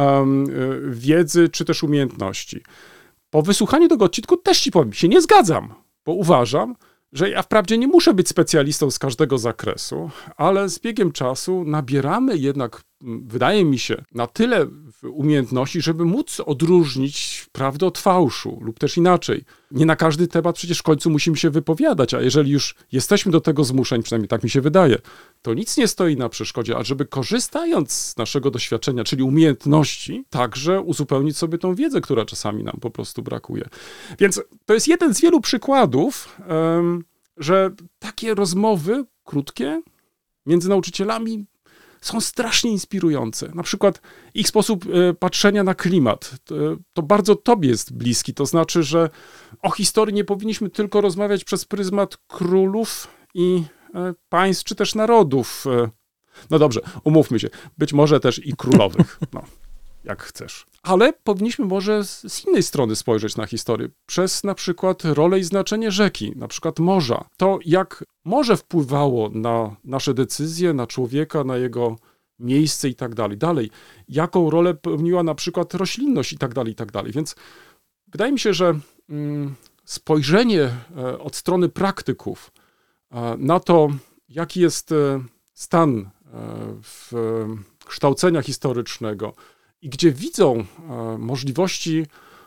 wiedzy czy też umiejętności, po wysłuchaniu tego odcinku też ci powiem, się nie zgadzam, bo uważam, że ja wprawdzie nie muszę być specjalistą z każdego zakresu, ale z biegiem czasu nabieramy jednak wydaje mi się, na tyle umiejętności, żeby móc odróżnić prawdę od fałszu, lub też inaczej. Nie na każdy temat przecież w końcu musimy się wypowiadać, a jeżeli już jesteśmy do tego zmuszeni, przynajmniej tak mi się wydaje, to nic nie stoi na przeszkodzie, ażeby korzystając z naszego doświadczenia, czyli umiejętności, także uzupełnić sobie tą wiedzę, która czasami nam po prostu brakuje. Więc to jest jeden z wielu przykładów, że takie rozmowy krótkie między nauczycielami są strasznie inspirujące. Na przykład ich sposób patrzenia na klimat. To bardzo tobie jest bliski. To znaczy, że o historii nie powinniśmy tylko rozmawiać przez pryzmat królów i państw, czy też narodów. No dobrze, umówmy się. Być może też i królowych. No, jak chcesz. Ale powinniśmy może z innej strony spojrzeć na historię. Przez na przykład rolę i znaczenie rzeki, na przykład morza. To, jak morze wpływało na nasze decyzje, na człowieka, na jego miejsce i tak dalej. Dalej, jaką rolę pełniła na przykład roślinność i tak dalej, i tak dalej. Więc wydaje mi się, że spojrzenie od strony praktyków na to, jaki jest stan w kształcenia historycznego, i gdzie widzą możliwości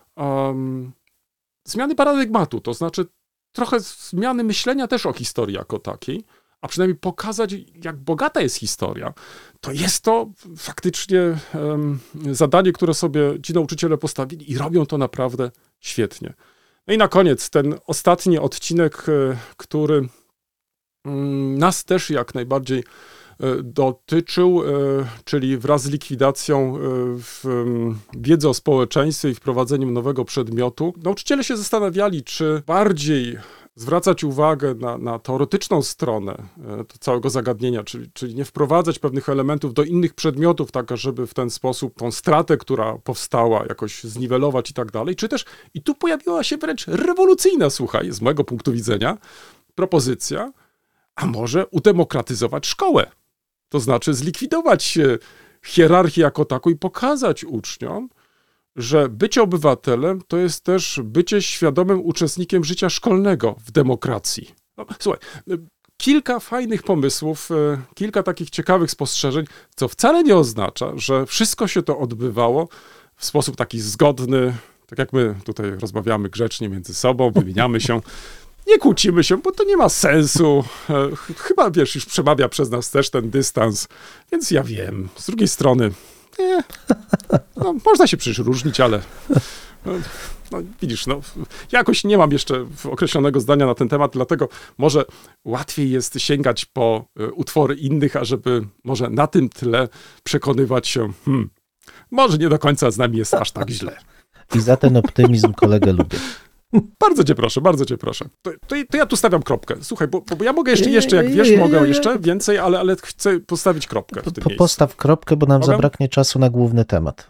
zmiany paradygmatu, to znaczy trochę zmiany myślenia też o historii jako takiej, a przynajmniej pokazać, jak bogata jest historia, to jest to faktycznie zadanie, które sobie ci nauczyciele postawili i robią to naprawdę świetnie. No i na koniec ten ostatni odcinek, który nas też jak najbardziej dotyczył, czyli wraz z likwidacją wiedzy o społeczeństwie i wprowadzeniem nowego przedmiotu, nauczyciele się zastanawiali, czy bardziej zwracać uwagę na teoretyczną stronę całego zagadnienia, czyli nie wprowadzać pewnych elementów do innych przedmiotów, tak żeby w ten sposób tą stratę, która powstała, jakoś zniwelować i tak dalej, czy też, i tu pojawiła się wręcz rewolucyjna, słuchaj, z mojego punktu widzenia, propozycja, a może udemokratyzować szkołę. To znaczy zlikwidować hierarchię jako taką i pokazać uczniom, że bycie obywatelem to jest też bycie świadomym uczestnikiem życia szkolnego w demokracji. No, słuchaj, kilka fajnych pomysłów, kilka takich ciekawych spostrzeżeń, co wcale nie oznacza, że wszystko się to odbywało w sposób taki zgodny, tak jak my tutaj rozmawiamy grzecznie między sobą, wymieniamy się. Nie kłócimy się, bo to nie ma sensu. Chyba, wiesz, już przemawia przez nas też ten dystans, więc ja wiem. Z drugiej strony, no, można się przecież różnić, ale no, widzisz, no, jakoś nie mam jeszcze określonego zdania na ten temat, dlatego może łatwiej jest sięgać po utwory innych, ażeby może na tym tle przekonywać się, może nie do końca z nami jest aż tak źle. I za ten optymizm kolegę lubię. Bardzo cię proszę, bardzo cię proszę. To ja tu stawiam kropkę. Słuchaj, bo ja mogę jeszcze jak wiesz, mogę jeszcze więcej, ale chcę postawić kropkę w tym miejscu. Postaw kropkę, bo nam Mogę? zabraknie czasu na główny temat.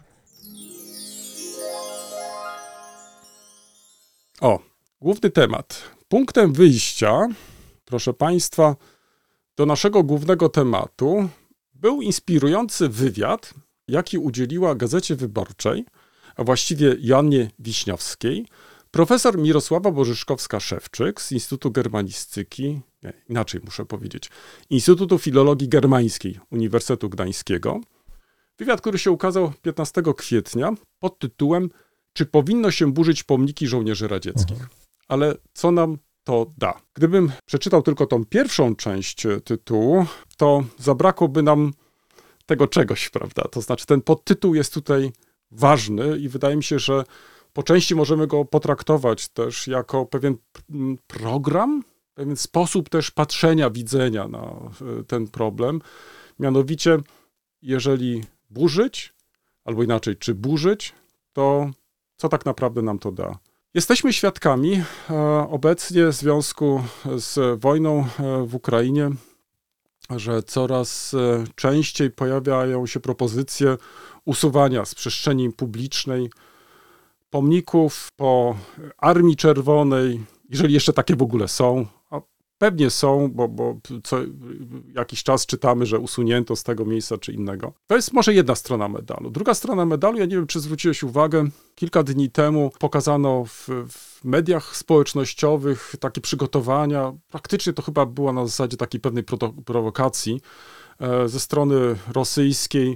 O, główny temat. Punktem wyjścia, proszę państwa, do naszego głównego tematu był inspirujący wywiad, jaki udzieliła Gazecie Wyborczej, a właściwie Joannie Wiśniowskiej, profesor Mirosława Bożyszkowska-Szewczyk z Instytutu Germanistyki, nie, inaczej muszę powiedzieć, Instytutu Filologii Germańskiej Uniwersytetu Gdańskiego. Wywiad, który się ukazał 15 kwietnia pod tytułem „Czy powinno się burzyć pomniki żołnierzy radzieckich?” Ale co nam to da? Gdybym przeczytał tylko tą pierwszą część tytułu, to zabrakłoby nam tego czegoś, prawda? To znaczy ten podtytuł jest tutaj ważny i wydaje mi się, że po części możemy go potraktować też jako pewien program, pewien sposób też patrzenia, widzenia na ten problem. Mianowicie, jeżeli burzyć, albo inaczej, czy burzyć, to co tak naprawdę nam to da? Jesteśmy świadkami obecnie w związku z wojną w Ukrainie, że coraz częściej pojawiają się propozycje usuwania z przestrzeni publicznej pomników po Armii Czerwonej, jeżeli jeszcze takie w ogóle są, a pewnie są, bo co jakiś czas czytamy, że usunięto z tego miejsca czy innego. To jest może jedna strona medalu. Druga strona medalu, ja nie wiem, czy zwróciłeś uwagę, kilka dni temu pokazano w mediach społecznościowych takie przygotowania, praktycznie to chyba było na zasadzie takiej pewnej prowokacji, ze strony rosyjskiej,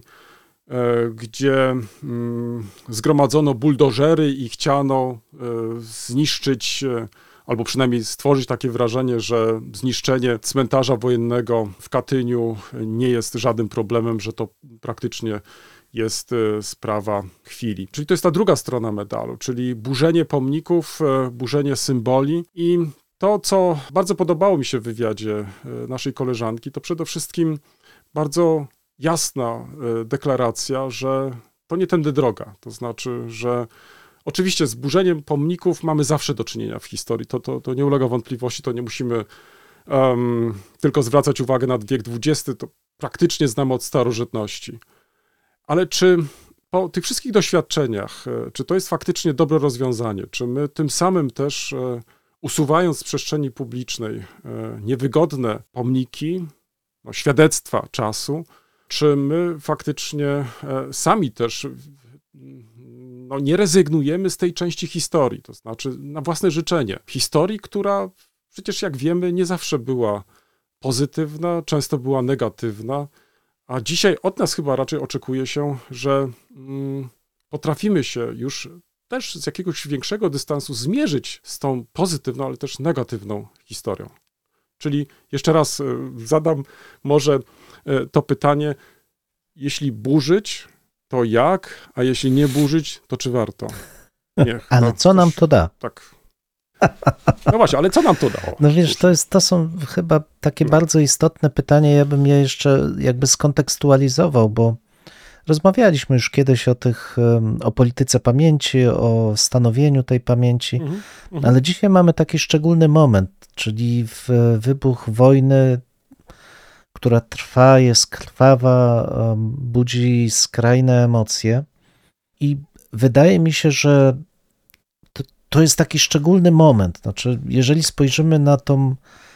gdzie zgromadzono buldożery i chciano zniszczyć, albo przynajmniej stworzyć takie wrażenie, że zniszczenie cmentarza wojennego w Katyniu nie jest żadnym problemem, że to praktycznie jest sprawa chwili. Czyli to jest ta druga strona medalu, czyli burzenie pomników, burzenie symboli. I to, co bardzo podobało mi się w wywiadzie naszej koleżanki, to przede wszystkim bardzo jasna deklaracja, że to nie tędy droga. To znaczy, że oczywiście z burzeniem pomników mamy zawsze do czynienia w historii. To nie ulega wątpliwości, to nie musimy tylko zwracać uwagę na wiek XX, to praktycznie znamy od starożytności. Ale czy po tych wszystkich doświadczeniach, czy to jest faktycznie dobre rozwiązanie? Czy my tym samym też, usuwając z przestrzeni publicznej niewygodne pomniki, świadectwa czasu, czy my faktycznie sami też nie rezygnujemy z tej części historii, to znaczy na własne życzenie. Historii, która przecież jak wiemy nie zawsze była pozytywna, często była negatywna, a dzisiaj od nas chyba raczej oczekuje się, że potrafimy się już też z jakiegoś większego dystansu zmierzyć z tą pozytywną, ale też negatywną historią. Czyli jeszcze raz zadam może to pytanie, jeśli burzyć, to jak, a jeśli nie burzyć, to czy warto? Nie, Ale co nam to da? Tak. No właśnie, ale co nam to dało? No wiesz, to są chyba takie bardzo istotne pytania. Ja bym je jeszcze jakby skontekstualizował, bo rozmawialiśmy już kiedyś o polityce pamięci, o stanowieniu tej pamięci, ale dzisiaj mamy taki szczególny moment, czyli wybuch wojny, która trwa, jest krwawa, budzi skrajne emocje i wydaje mi się, że to jest taki szczególny moment. Znaczy, jeżeli spojrzymy na tą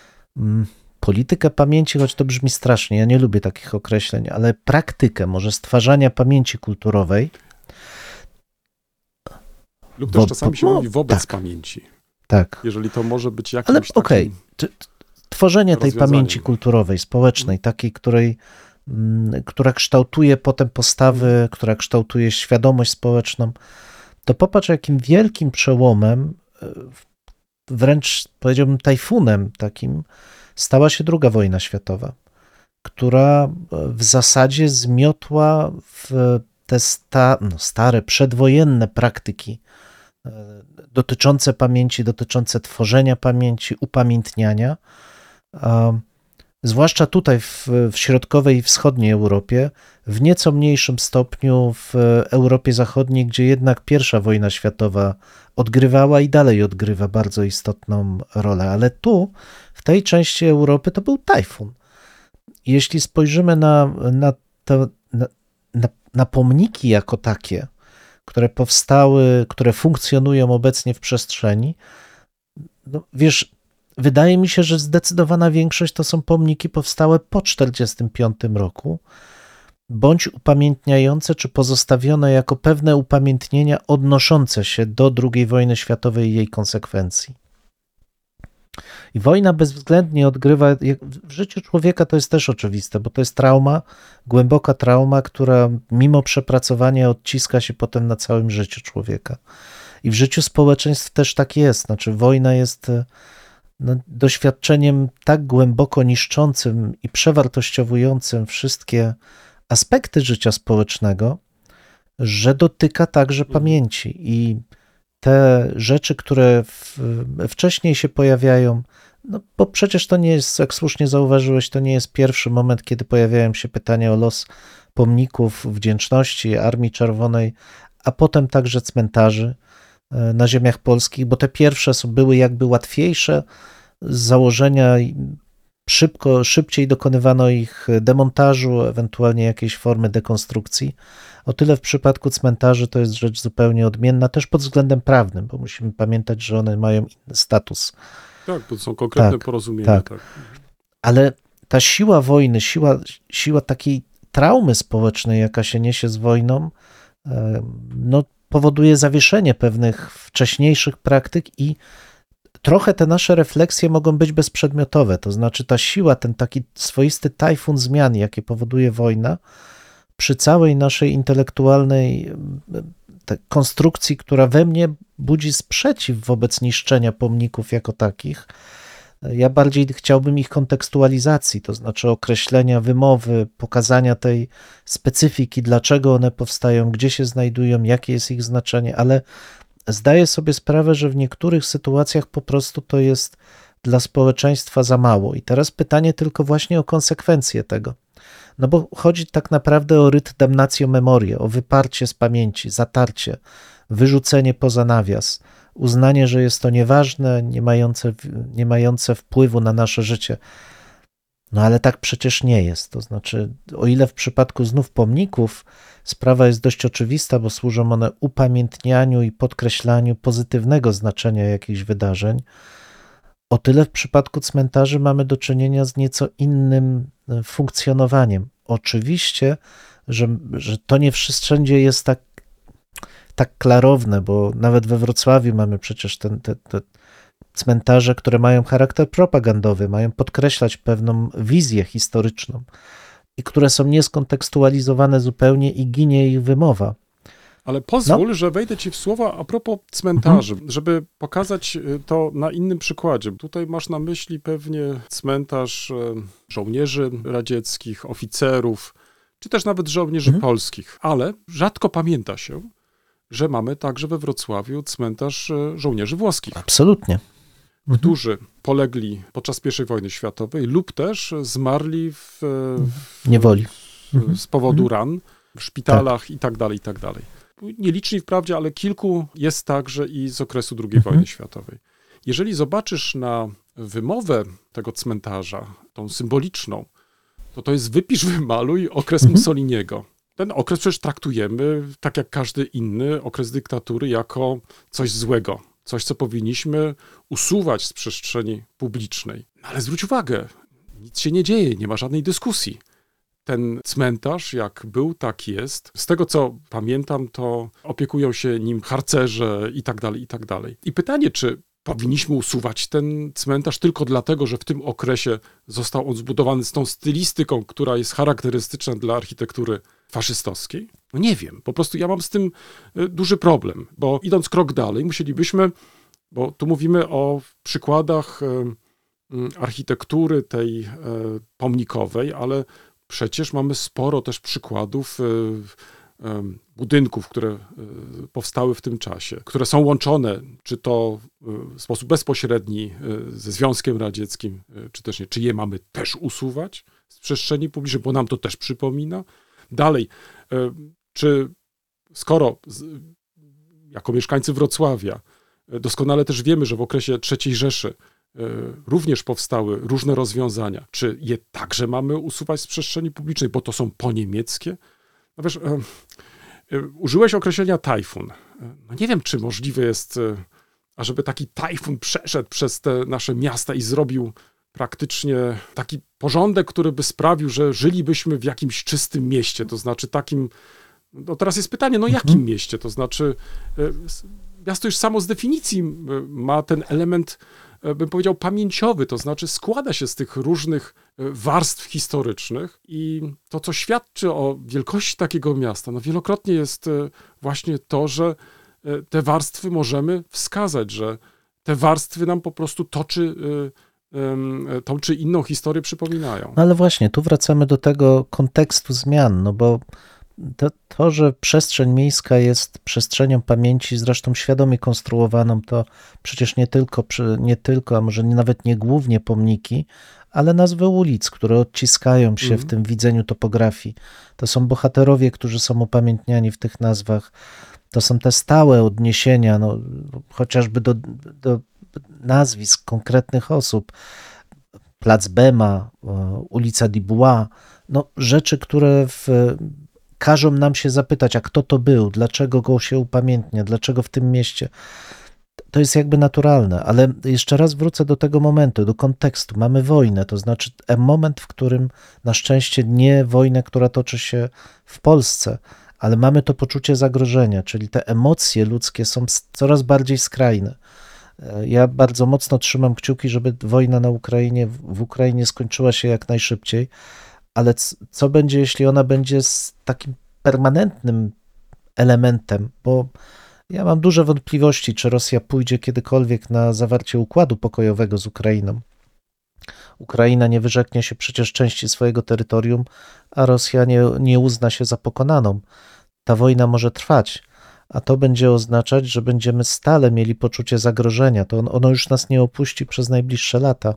politykę pamięci, choć to brzmi strasznie, ja nie lubię takich określeń, ale praktykę może stwarzania pamięci kulturowej. Lub też czasami się mówi wobec tak, pamięci. Tak. Jeżeli to może być jakimś ale takim... okej, tworzenie tej pamięci kulturowej, społecznej, takiej, która kształtuje potem postawy, która kształtuje świadomość społeczną, to popatrz, jakim wielkim przełomem, wręcz powiedziałbym tajfunem takim, stała się II wojna światowa, która w zasadzie zmiotła w te stare, przedwojenne praktyki dotyczące pamięci, dotyczące tworzenia pamięci, upamiętniania, zwłaszcza tutaj w środkowej i wschodniej Europie, w nieco mniejszym stopniu w Europie Zachodniej, gdzie jednak I wojna światowa odgrywała i dalej odgrywa bardzo istotną rolę. Ale tu, w tej części Europy, to był tajfun. Jeśli spojrzymy na pomniki jako takie, które powstały, które funkcjonują obecnie w przestrzeni, no wiesz, wydaje mi się, że zdecydowana większość to są pomniki powstałe po 1945 roku, bądź upamiętniające, czy pozostawione jako pewne upamiętnienia odnoszące się do II wojny światowej i jej konsekwencji. I wojna bezwzględnie odgrywa, w życiu człowieka to jest też oczywiste, bo to jest trauma, głęboka trauma, która mimo przepracowania odciska się potem na całym życiu człowieka. I w życiu społeczeństw też tak jest, znaczy wojna jest doświadczeniem tak głęboko niszczącym i przewartościowującym wszystkie aspekty życia społecznego, że dotyka także pamięci i te rzeczy, które wcześniej się pojawiają, no bo przecież to nie jest, jak słusznie zauważyłeś, to nie jest pierwszy moment, kiedy pojawiają się pytania o los pomników wdzięczności Armii Czerwonej, a potem także cmentarzy na ziemiach polskich, bo te pierwsze były jakby łatwiejsze z założenia, szybciej dokonywano ich demontażu, ewentualnie jakiejś formy dekonstrukcji. O tyle w przypadku cmentarzy to jest rzecz zupełnie odmienna, też pod względem prawnym, bo musimy pamiętać, że one mają inny status. Tak, bo to są konkretne porozumienia. Tak. Ale ta siła wojny, siła takiej traumy społecznej, jaka się niesie z wojną, no, powoduje zawieszenie pewnych wcześniejszych praktyk i trochę te nasze refleksje mogą być bezprzedmiotowe, to znaczy ta siła, ten taki swoisty tajfun zmian, jakie powoduje wojna, przy całej naszej intelektualnej konstrukcji, która we mnie budzi sprzeciw wobec niszczenia pomników jako takich, ja bardziej chciałbym ich kontekstualizacji, to znaczy określenia wymowy, pokazania tej specyfiki, dlaczego one powstają, gdzie się znajdują, jakie jest ich znaczenie, ale zdaję sobie sprawę, że w niektórych sytuacjach po prostu to jest dla społeczeństwa za mało. I teraz pytanie tylko właśnie o konsekwencje tego. No bo chodzi tak naprawdę o ryt damnatio memoriae, o wyparcie z pamięci, zatarcie, wyrzucenie poza nawias, uznanie, że jest to nieważne, nie mające wpływu na nasze życie. No ale tak przecież nie jest. To znaczy, o ile w przypadku znów pomników sprawa jest dość oczywista, bo służą one upamiętnianiu i podkreślaniu pozytywnego znaczenia jakichś wydarzeń, o tyle w przypadku cmentarzy mamy do czynienia z nieco innym funkcjonowaniem. Oczywiście, że to nie wszędzie jest tak klarowne, bo nawet we Wrocławiu mamy przecież te cmentarze, które mają charakter propagandowy, mają podkreślać pewną wizję historyczną i które są nieskontekstualizowane zupełnie i ginie ich wymowa. Ale pozwól, że wejdę ci w słowa a propos cmentarzy, żeby pokazać to na innym przykładzie. Tutaj masz na myśli pewnie cmentarz żołnierzy radzieckich, oficerów, czy też nawet żołnierzy polskich. Ale rzadko pamięta się, że mamy także we Wrocławiu cmentarz żołnierzy włoskich. Absolutnie. Którzy polegli podczas I wojny światowej lub też zmarli w niewoli. Z powodu ran w szpitalach i tak dalej, i tak dalej. Nieliczni wprawdzie, ale kilku jest także i z okresu II wojny światowej. Jeżeli zobaczysz na wymowę tego cmentarza, tą symboliczną, to jest wypisz, wymaluj okres Mussoliniego. Ten okres przecież traktujemy, tak jak każdy inny okres dyktatury, jako coś złego. Coś, co powinniśmy usuwać z przestrzeni publicznej. Ale zwróć uwagę, nic się nie dzieje, nie ma żadnej dyskusji. Ten cmentarz, jak był, tak jest. Z tego, co pamiętam, to opiekują się nim harcerze i tak dalej, i tak dalej. I pytanie, czy powinniśmy usuwać ten cmentarz tylko dlatego, że w tym okresie został on zbudowany z tą stylistyką, która jest charakterystyczna dla architektury faszystowskiej? No nie wiem, po prostu ja mam z tym duży problem, bo idąc krok dalej musielibyśmy, bo tu mówimy o przykładach architektury tej pomnikowej, ale przecież mamy sporo też przykładów budynków, które powstały w tym czasie, które są łączone, czy to w sposób bezpośredni ze Związkiem Radzieckim, czy też nie. Czy je mamy też usuwać z przestrzeni publicznej, bo nam to też przypomina? Dalej, czy skoro jako mieszkańcy Wrocławia doskonale też wiemy, że w okresie III Rzeszy również powstały różne rozwiązania, czy je także mamy usuwać z przestrzeni publicznej, bo to są poniemieckie? No wiesz, użyłeś określenia tajfun. No nie wiem, czy możliwe jest, ażeby taki tajfun przeszedł przez te nasze miasta i zrobił praktycznie taki porządek, który by sprawił, że żylibyśmy w jakimś czystym mieście, to znaczy takim, no teraz jest pytanie, no jakim mieście, to znaczy miasto już samo z definicji ma ten element, bym powiedział, pamięciowy, to znaczy składa się z tych różnych warstw historycznych i to, co świadczy o wielkości takiego miasta, no wielokrotnie jest właśnie to, że te warstwy możemy wskazać, że te warstwy nam po prostu tą czy inną historię przypominają. No ale właśnie, tu wracamy do tego kontekstu zmian, no bo to, że przestrzeń miejska jest przestrzenią pamięci, zresztą świadomie konstruowaną, to przecież nie tylko, a może nawet nie głównie pomniki, ale nazwy ulic, które odciskają się w tym widzeniu topografii. To są bohaterowie, którzy są upamiętniani w tych nazwach. To są te stałe odniesienia, no, chociażby do nazwisk konkretnych osób. Plac Bema, ulica Dubois, no, rzeczy, które każą nam się zapytać, a kto to był, dlaczego go się upamiętnia, dlaczego w tym mieście. To jest jakby naturalne, ale jeszcze raz wrócę do tego momentu, do kontekstu. Mamy wojnę, to znaczy moment, w którym na szczęście nie wojnę, która toczy się w Polsce, ale mamy to poczucie zagrożenia, czyli te emocje ludzkie są coraz bardziej skrajne. Ja bardzo mocno trzymam kciuki, żeby wojna w Ukrainie skończyła się jak najszybciej, ale co będzie, jeśli ona będzie z takim permanentnym elementem, bo ja mam duże wątpliwości, czy Rosja pójdzie kiedykolwiek na zawarcie układu pokojowego z Ukrainą. Ukraina nie wyrzeknie się przecież części swojego terytorium, a Rosja nie uzna się za pokonaną. Ta wojna może trwać, a to będzie oznaczać, że będziemy stale mieli poczucie zagrożenia. To ono już nas nie opuści przez najbliższe lata.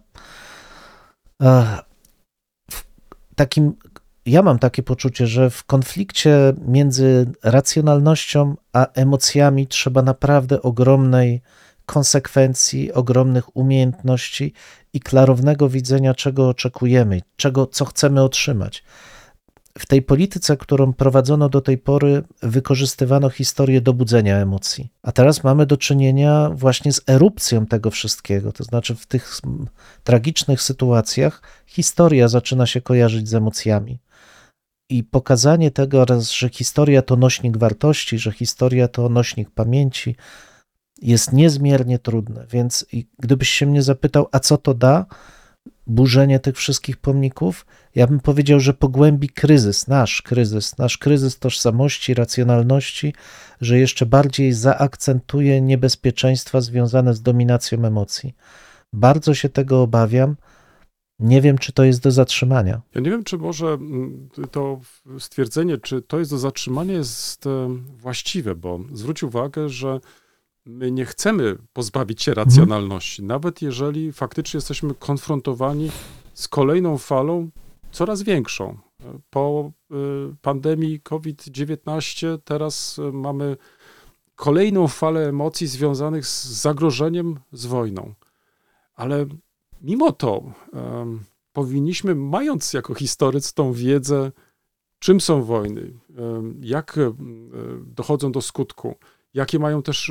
Ja mam takie poczucie, że w konflikcie między racjonalnością a emocjami trzeba naprawdę ogromnej konsekwencji, ogromnych umiejętności i klarownego widzenia, czego oczekujemy, co chcemy otrzymać. W tej polityce, którą prowadzono do tej pory, wykorzystywano historię do budzenia emocji. A teraz mamy do czynienia właśnie z erupcją tego wszystkiego. To znaczy w tych tragicznych sytuacjach historia zaczyna się kojarzyć z emocjami. I pokazanie tego, że historia to nośnik wartości, że historia to nośnik pamięci, jest niezmiernie trudne. Więc gdybyś się mnie zapytał, a co to da, burzenie tych wszystkich pomników, ja bym powiedział, że pogłębi nasz kryzys tożsamości, racjonalności, że jeszcze bardziej zaakcentuje niebezpieczeństwa związane z dominacją emocji. Bardzo się tego obawiam. Nie wiem, czy to jest do zatrzymania. Ja nie wiem, czy może to stwierdzenie, czy to jest do zatrzymania, jest właściwe, bo zwróć uwagę, że my nie chcemy pozbawić się racjonalności, nawet jeżeli faktycznie jesteśmy konfrontowani z kolejną falą coraz większą. Po pandemii COVID-19 teraz mamy kolejną falę emocji związanych z zagrożeniem, z wojną. Ale mimo to powinniśmy, mając jako historycy tą wiedzę, czym są wojny, jak dochodzą do skutku, jakie mają też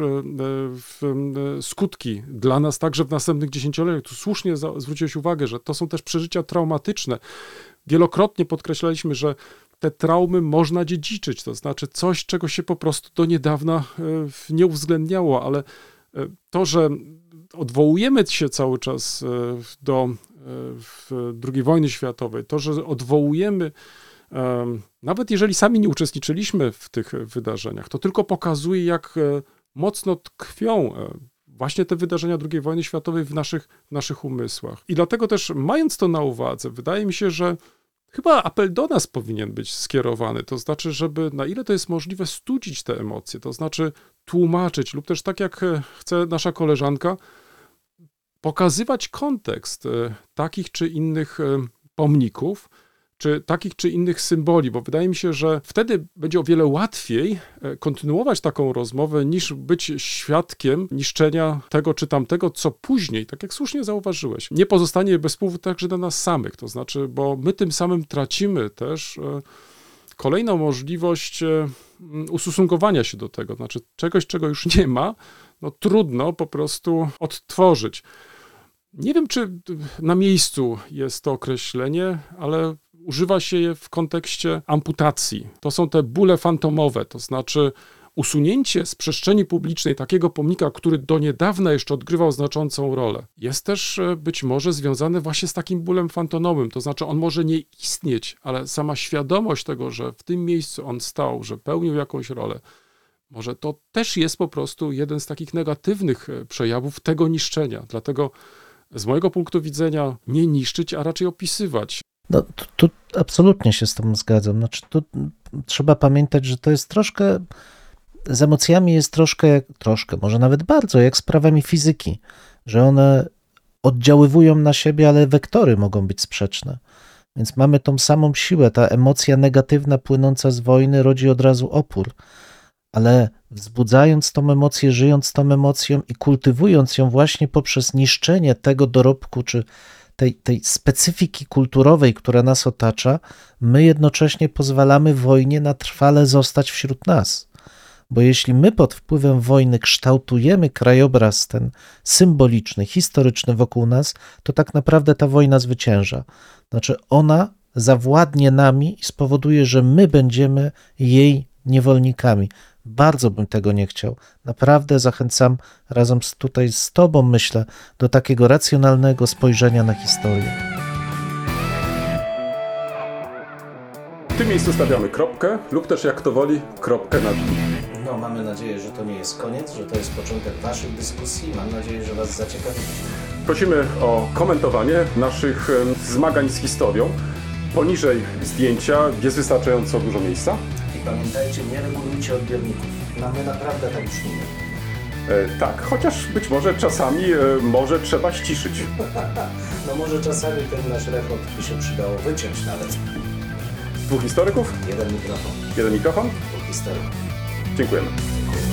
skutki dla nas także w następnych dziesięcioleciach. Tu słusznie zwróciłeś uwagę, że to są też przeżycia traumatyczne. Wielokrotnie podkreślaliśmy, że te traumy można dziedziczyć, to znaczy coś, czego się po prostu do niedawna nie uwzględniało, ale to, że odwołujemy się cały czas do II wojny światowej, to, że odwołujemy, nawet jeżeli sami nie uczestniczyliśmy w tych wydarzeniach, to tylko pokazuje, jak mocno tkwią właśnie te wydarzenia II wojny światowej w naszych umysłach. I dlatego też, mając to na uwadze, wydaje mi się, że chyba apel do nas powinien być skierowany, to znaczy, żeby na ile to jest możliwe studzić te emocje, to znaczy tłumaczyć lub też tak jak chce nasza koleżanka, pokazywać kontekst takich czy innych pomników, czy takich czy innych symboli, bo wydaje mi się, że wtedy będzie o wiele łatwiej kontynuować taką rozmowę, niż być świadkiem niszczenia tego czy tamtego, co później, tak jak słusznie zauważyłeś, nie pozostanie bez wpływu także na nas samych, to znaczy, bo my tym samym tracimy też kolejną możliwość ustosunkowania się do tego, znaczy czegoś, czego już nie ma, no trudno po prostu odtworzyć. Nie wiem, czy na miejscu jest to określenie, ale używa się je w kontekście amputacji. To są te bóle fantomowe, to znaczy usunięcie z przestrzeni publicznej takiego pomnika, który do niedawna jeszcze odgrywał znaczącą rolę, jest też być może związane właśnie z takim bólem fantomowym, to znaczy on może nie istnieć, ale sama świadomość tego, że w tym miejscu on stał, że pełnił jakąś rolę, może to też jest po prostu jeden z takich negatywnych przejawów tego niszczenia. Dlatego z mojego punktu widzenia nie niszczyć, a raczej opisywać. No, tu absolutnie się z tym zgadzam. Znaczy, tu trzeba pamiętać, że to jest troszkę, z emocjami jest troszkę, może nawet bardzo, jak z prawami fizyki, że one oddziaływują na siebie, ale wektory mogą być sprzeczne. Więc mamy tą samą siłę. Ta emocja negatywna płynąca z wojny rodzi od razu opór. Ale wzbudzając tą emocję, żyjąc tą emocją i kultywując ją właśnie poprzez niszczenie tego dorobku, czy tej specyfiki kulturowej, która nas otacza, my jednocześnie pozwalamy wojnie na trwale zostać wśród nas. Bo jeśli my pod wpływem wojny kształtujemy krajobraz ten symboliczny, historyczny wokół nas, to tak naprawdę ta wojna zwycięża. Znaczy ona zawładnie nami i spowoduje, że my będziemy jej niewolnikami. Bardzo bym tego nie chciał. Naprawdę zachęcam razem tutaj z Tobą, myślę, do takiego racjonalnego spojrzenia na historię. W tym miejscu stawiamy kropkę lub też jak kto woli kropkę nad i. No, mamy nadzieję, że to nie jest koniec, że to jest początek Waszych dyskusji. Mam nadzieję, że Was zaciekawiliśmy. Prosimy o komentowanie naszych zmagań z historią. Poniżej zdjęcia jest wystarczająco dużo miejsca. I pamiętajcie, nie regulujcie odbiorników. No, my naprawdę tak brzmimy. Tak, chociaż być może czasami może trzeba ściszyć. No może czasami ten nasz rechot by się przydało wyciąć nawet. 2 historyków, Jeden mikrofon, 1 mikrofon. 2 historyków. Dziękujemy. Dziękuję.